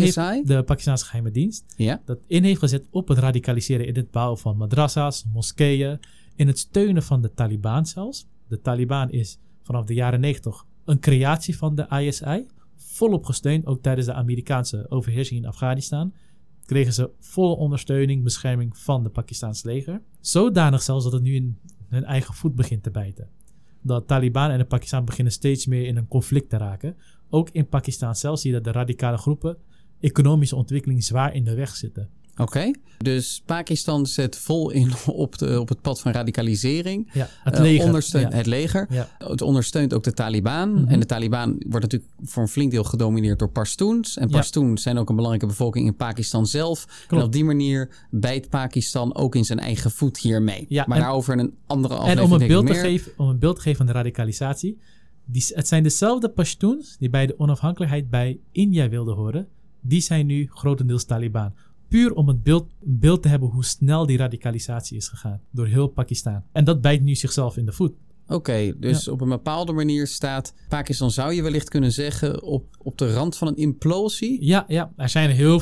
B: de Pakistanse geheime dienst, dat in heeft gezet op het radicaliseren in het bouwen van madrassa's, moskeeën, in het steunen van de Taliban zelfs. De Taliban is vanaf de jaren 90 een creatie van de ISI, volop gesteund, ook tijdens de Amerikaanse overheersing in Afghanistan. Kregen ze volle ondersteuning, bescherming van de Pakistanse leger. Zodanig zelfs dat het nu in hun eigen voet begint te bijten. De Taliban en de Pakistan beginnen steeds meer in een conflict te raken. Ook in Pakistan zelf zie je dat de radicale groepen economische ontwikkeling zwaar in de weg zitten.
A: Oké, dus Pakistan zet vol in op het pad van radicalisering.
B: Ja, het leger.
A: Ondersteunt het leger. Ja. Het ondersteunt ook de Taliban. En de Taliban wordt natuurlijk voor een flink deel gedomineerd door Pashtuns. En Pashtuns zijn ook een belangrijke bevolking in Pakistan zelf. Klopt. En op die manier bijt Pakistan ook in zijn eigen voet hiermee. Ja, maar daarover een andere aflevering.
B: En om een beeld te geven van de radicalisatie. Het zijn dezelfde Pashtuns die bij de onafhankelijkheid bij India wilden horen. Die zijn nu grotendeels Taliban. Puur om een beeld te hebben hoe snel die radicalisatie is gegaan. Door heel Pakistan. En dat bijt nu zichzelf in de voet. Oké,
A: dus op een bepaalde manier staat Pakistan, zou je wellicht kunnen zeggen, op de rand van een implosie?
B: Ja, er zijn heel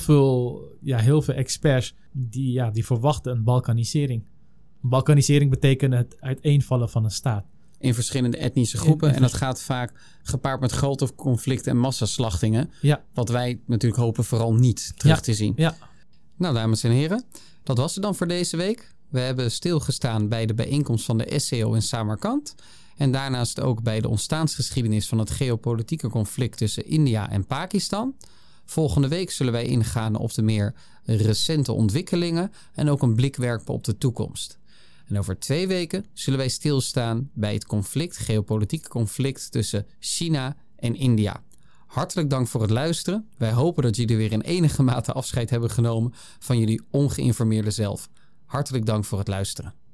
B: veel experts die verwachten een balkanisering. Balkanisering betekent het uiteenvallen van een staat.
A: In verschillende etnische groepen. En dat gaat vaak gepaard met grote conflicten en massaslachtingen. Ja. Wat wij natuurlijk hopen vooral niet terug te zien. Ja. Nou, dames en heren, dat was het dan voor deze week. We hebben stilgestaan bij de bijeenkomst van de SCO in Samarkand. En daarnaast ook bij de ontstaansgeschiedenis van het geopolitieke conflict tussen India en Pakistan. Volgende week zullen wij ingaan op de meer recente ontwikkelingen en ook een blik werpen op de toekomst. En over 2 weken zullen wij stilstaan bij het geopolitieke conflict tussen China en India. Hartelijk dank voor het luisteren. Wij hopen dat jullie weer in enige mate afscheid hebben genomen van jullie ongeïnformeerde zelf. Hartelijk dank voor het luisteren.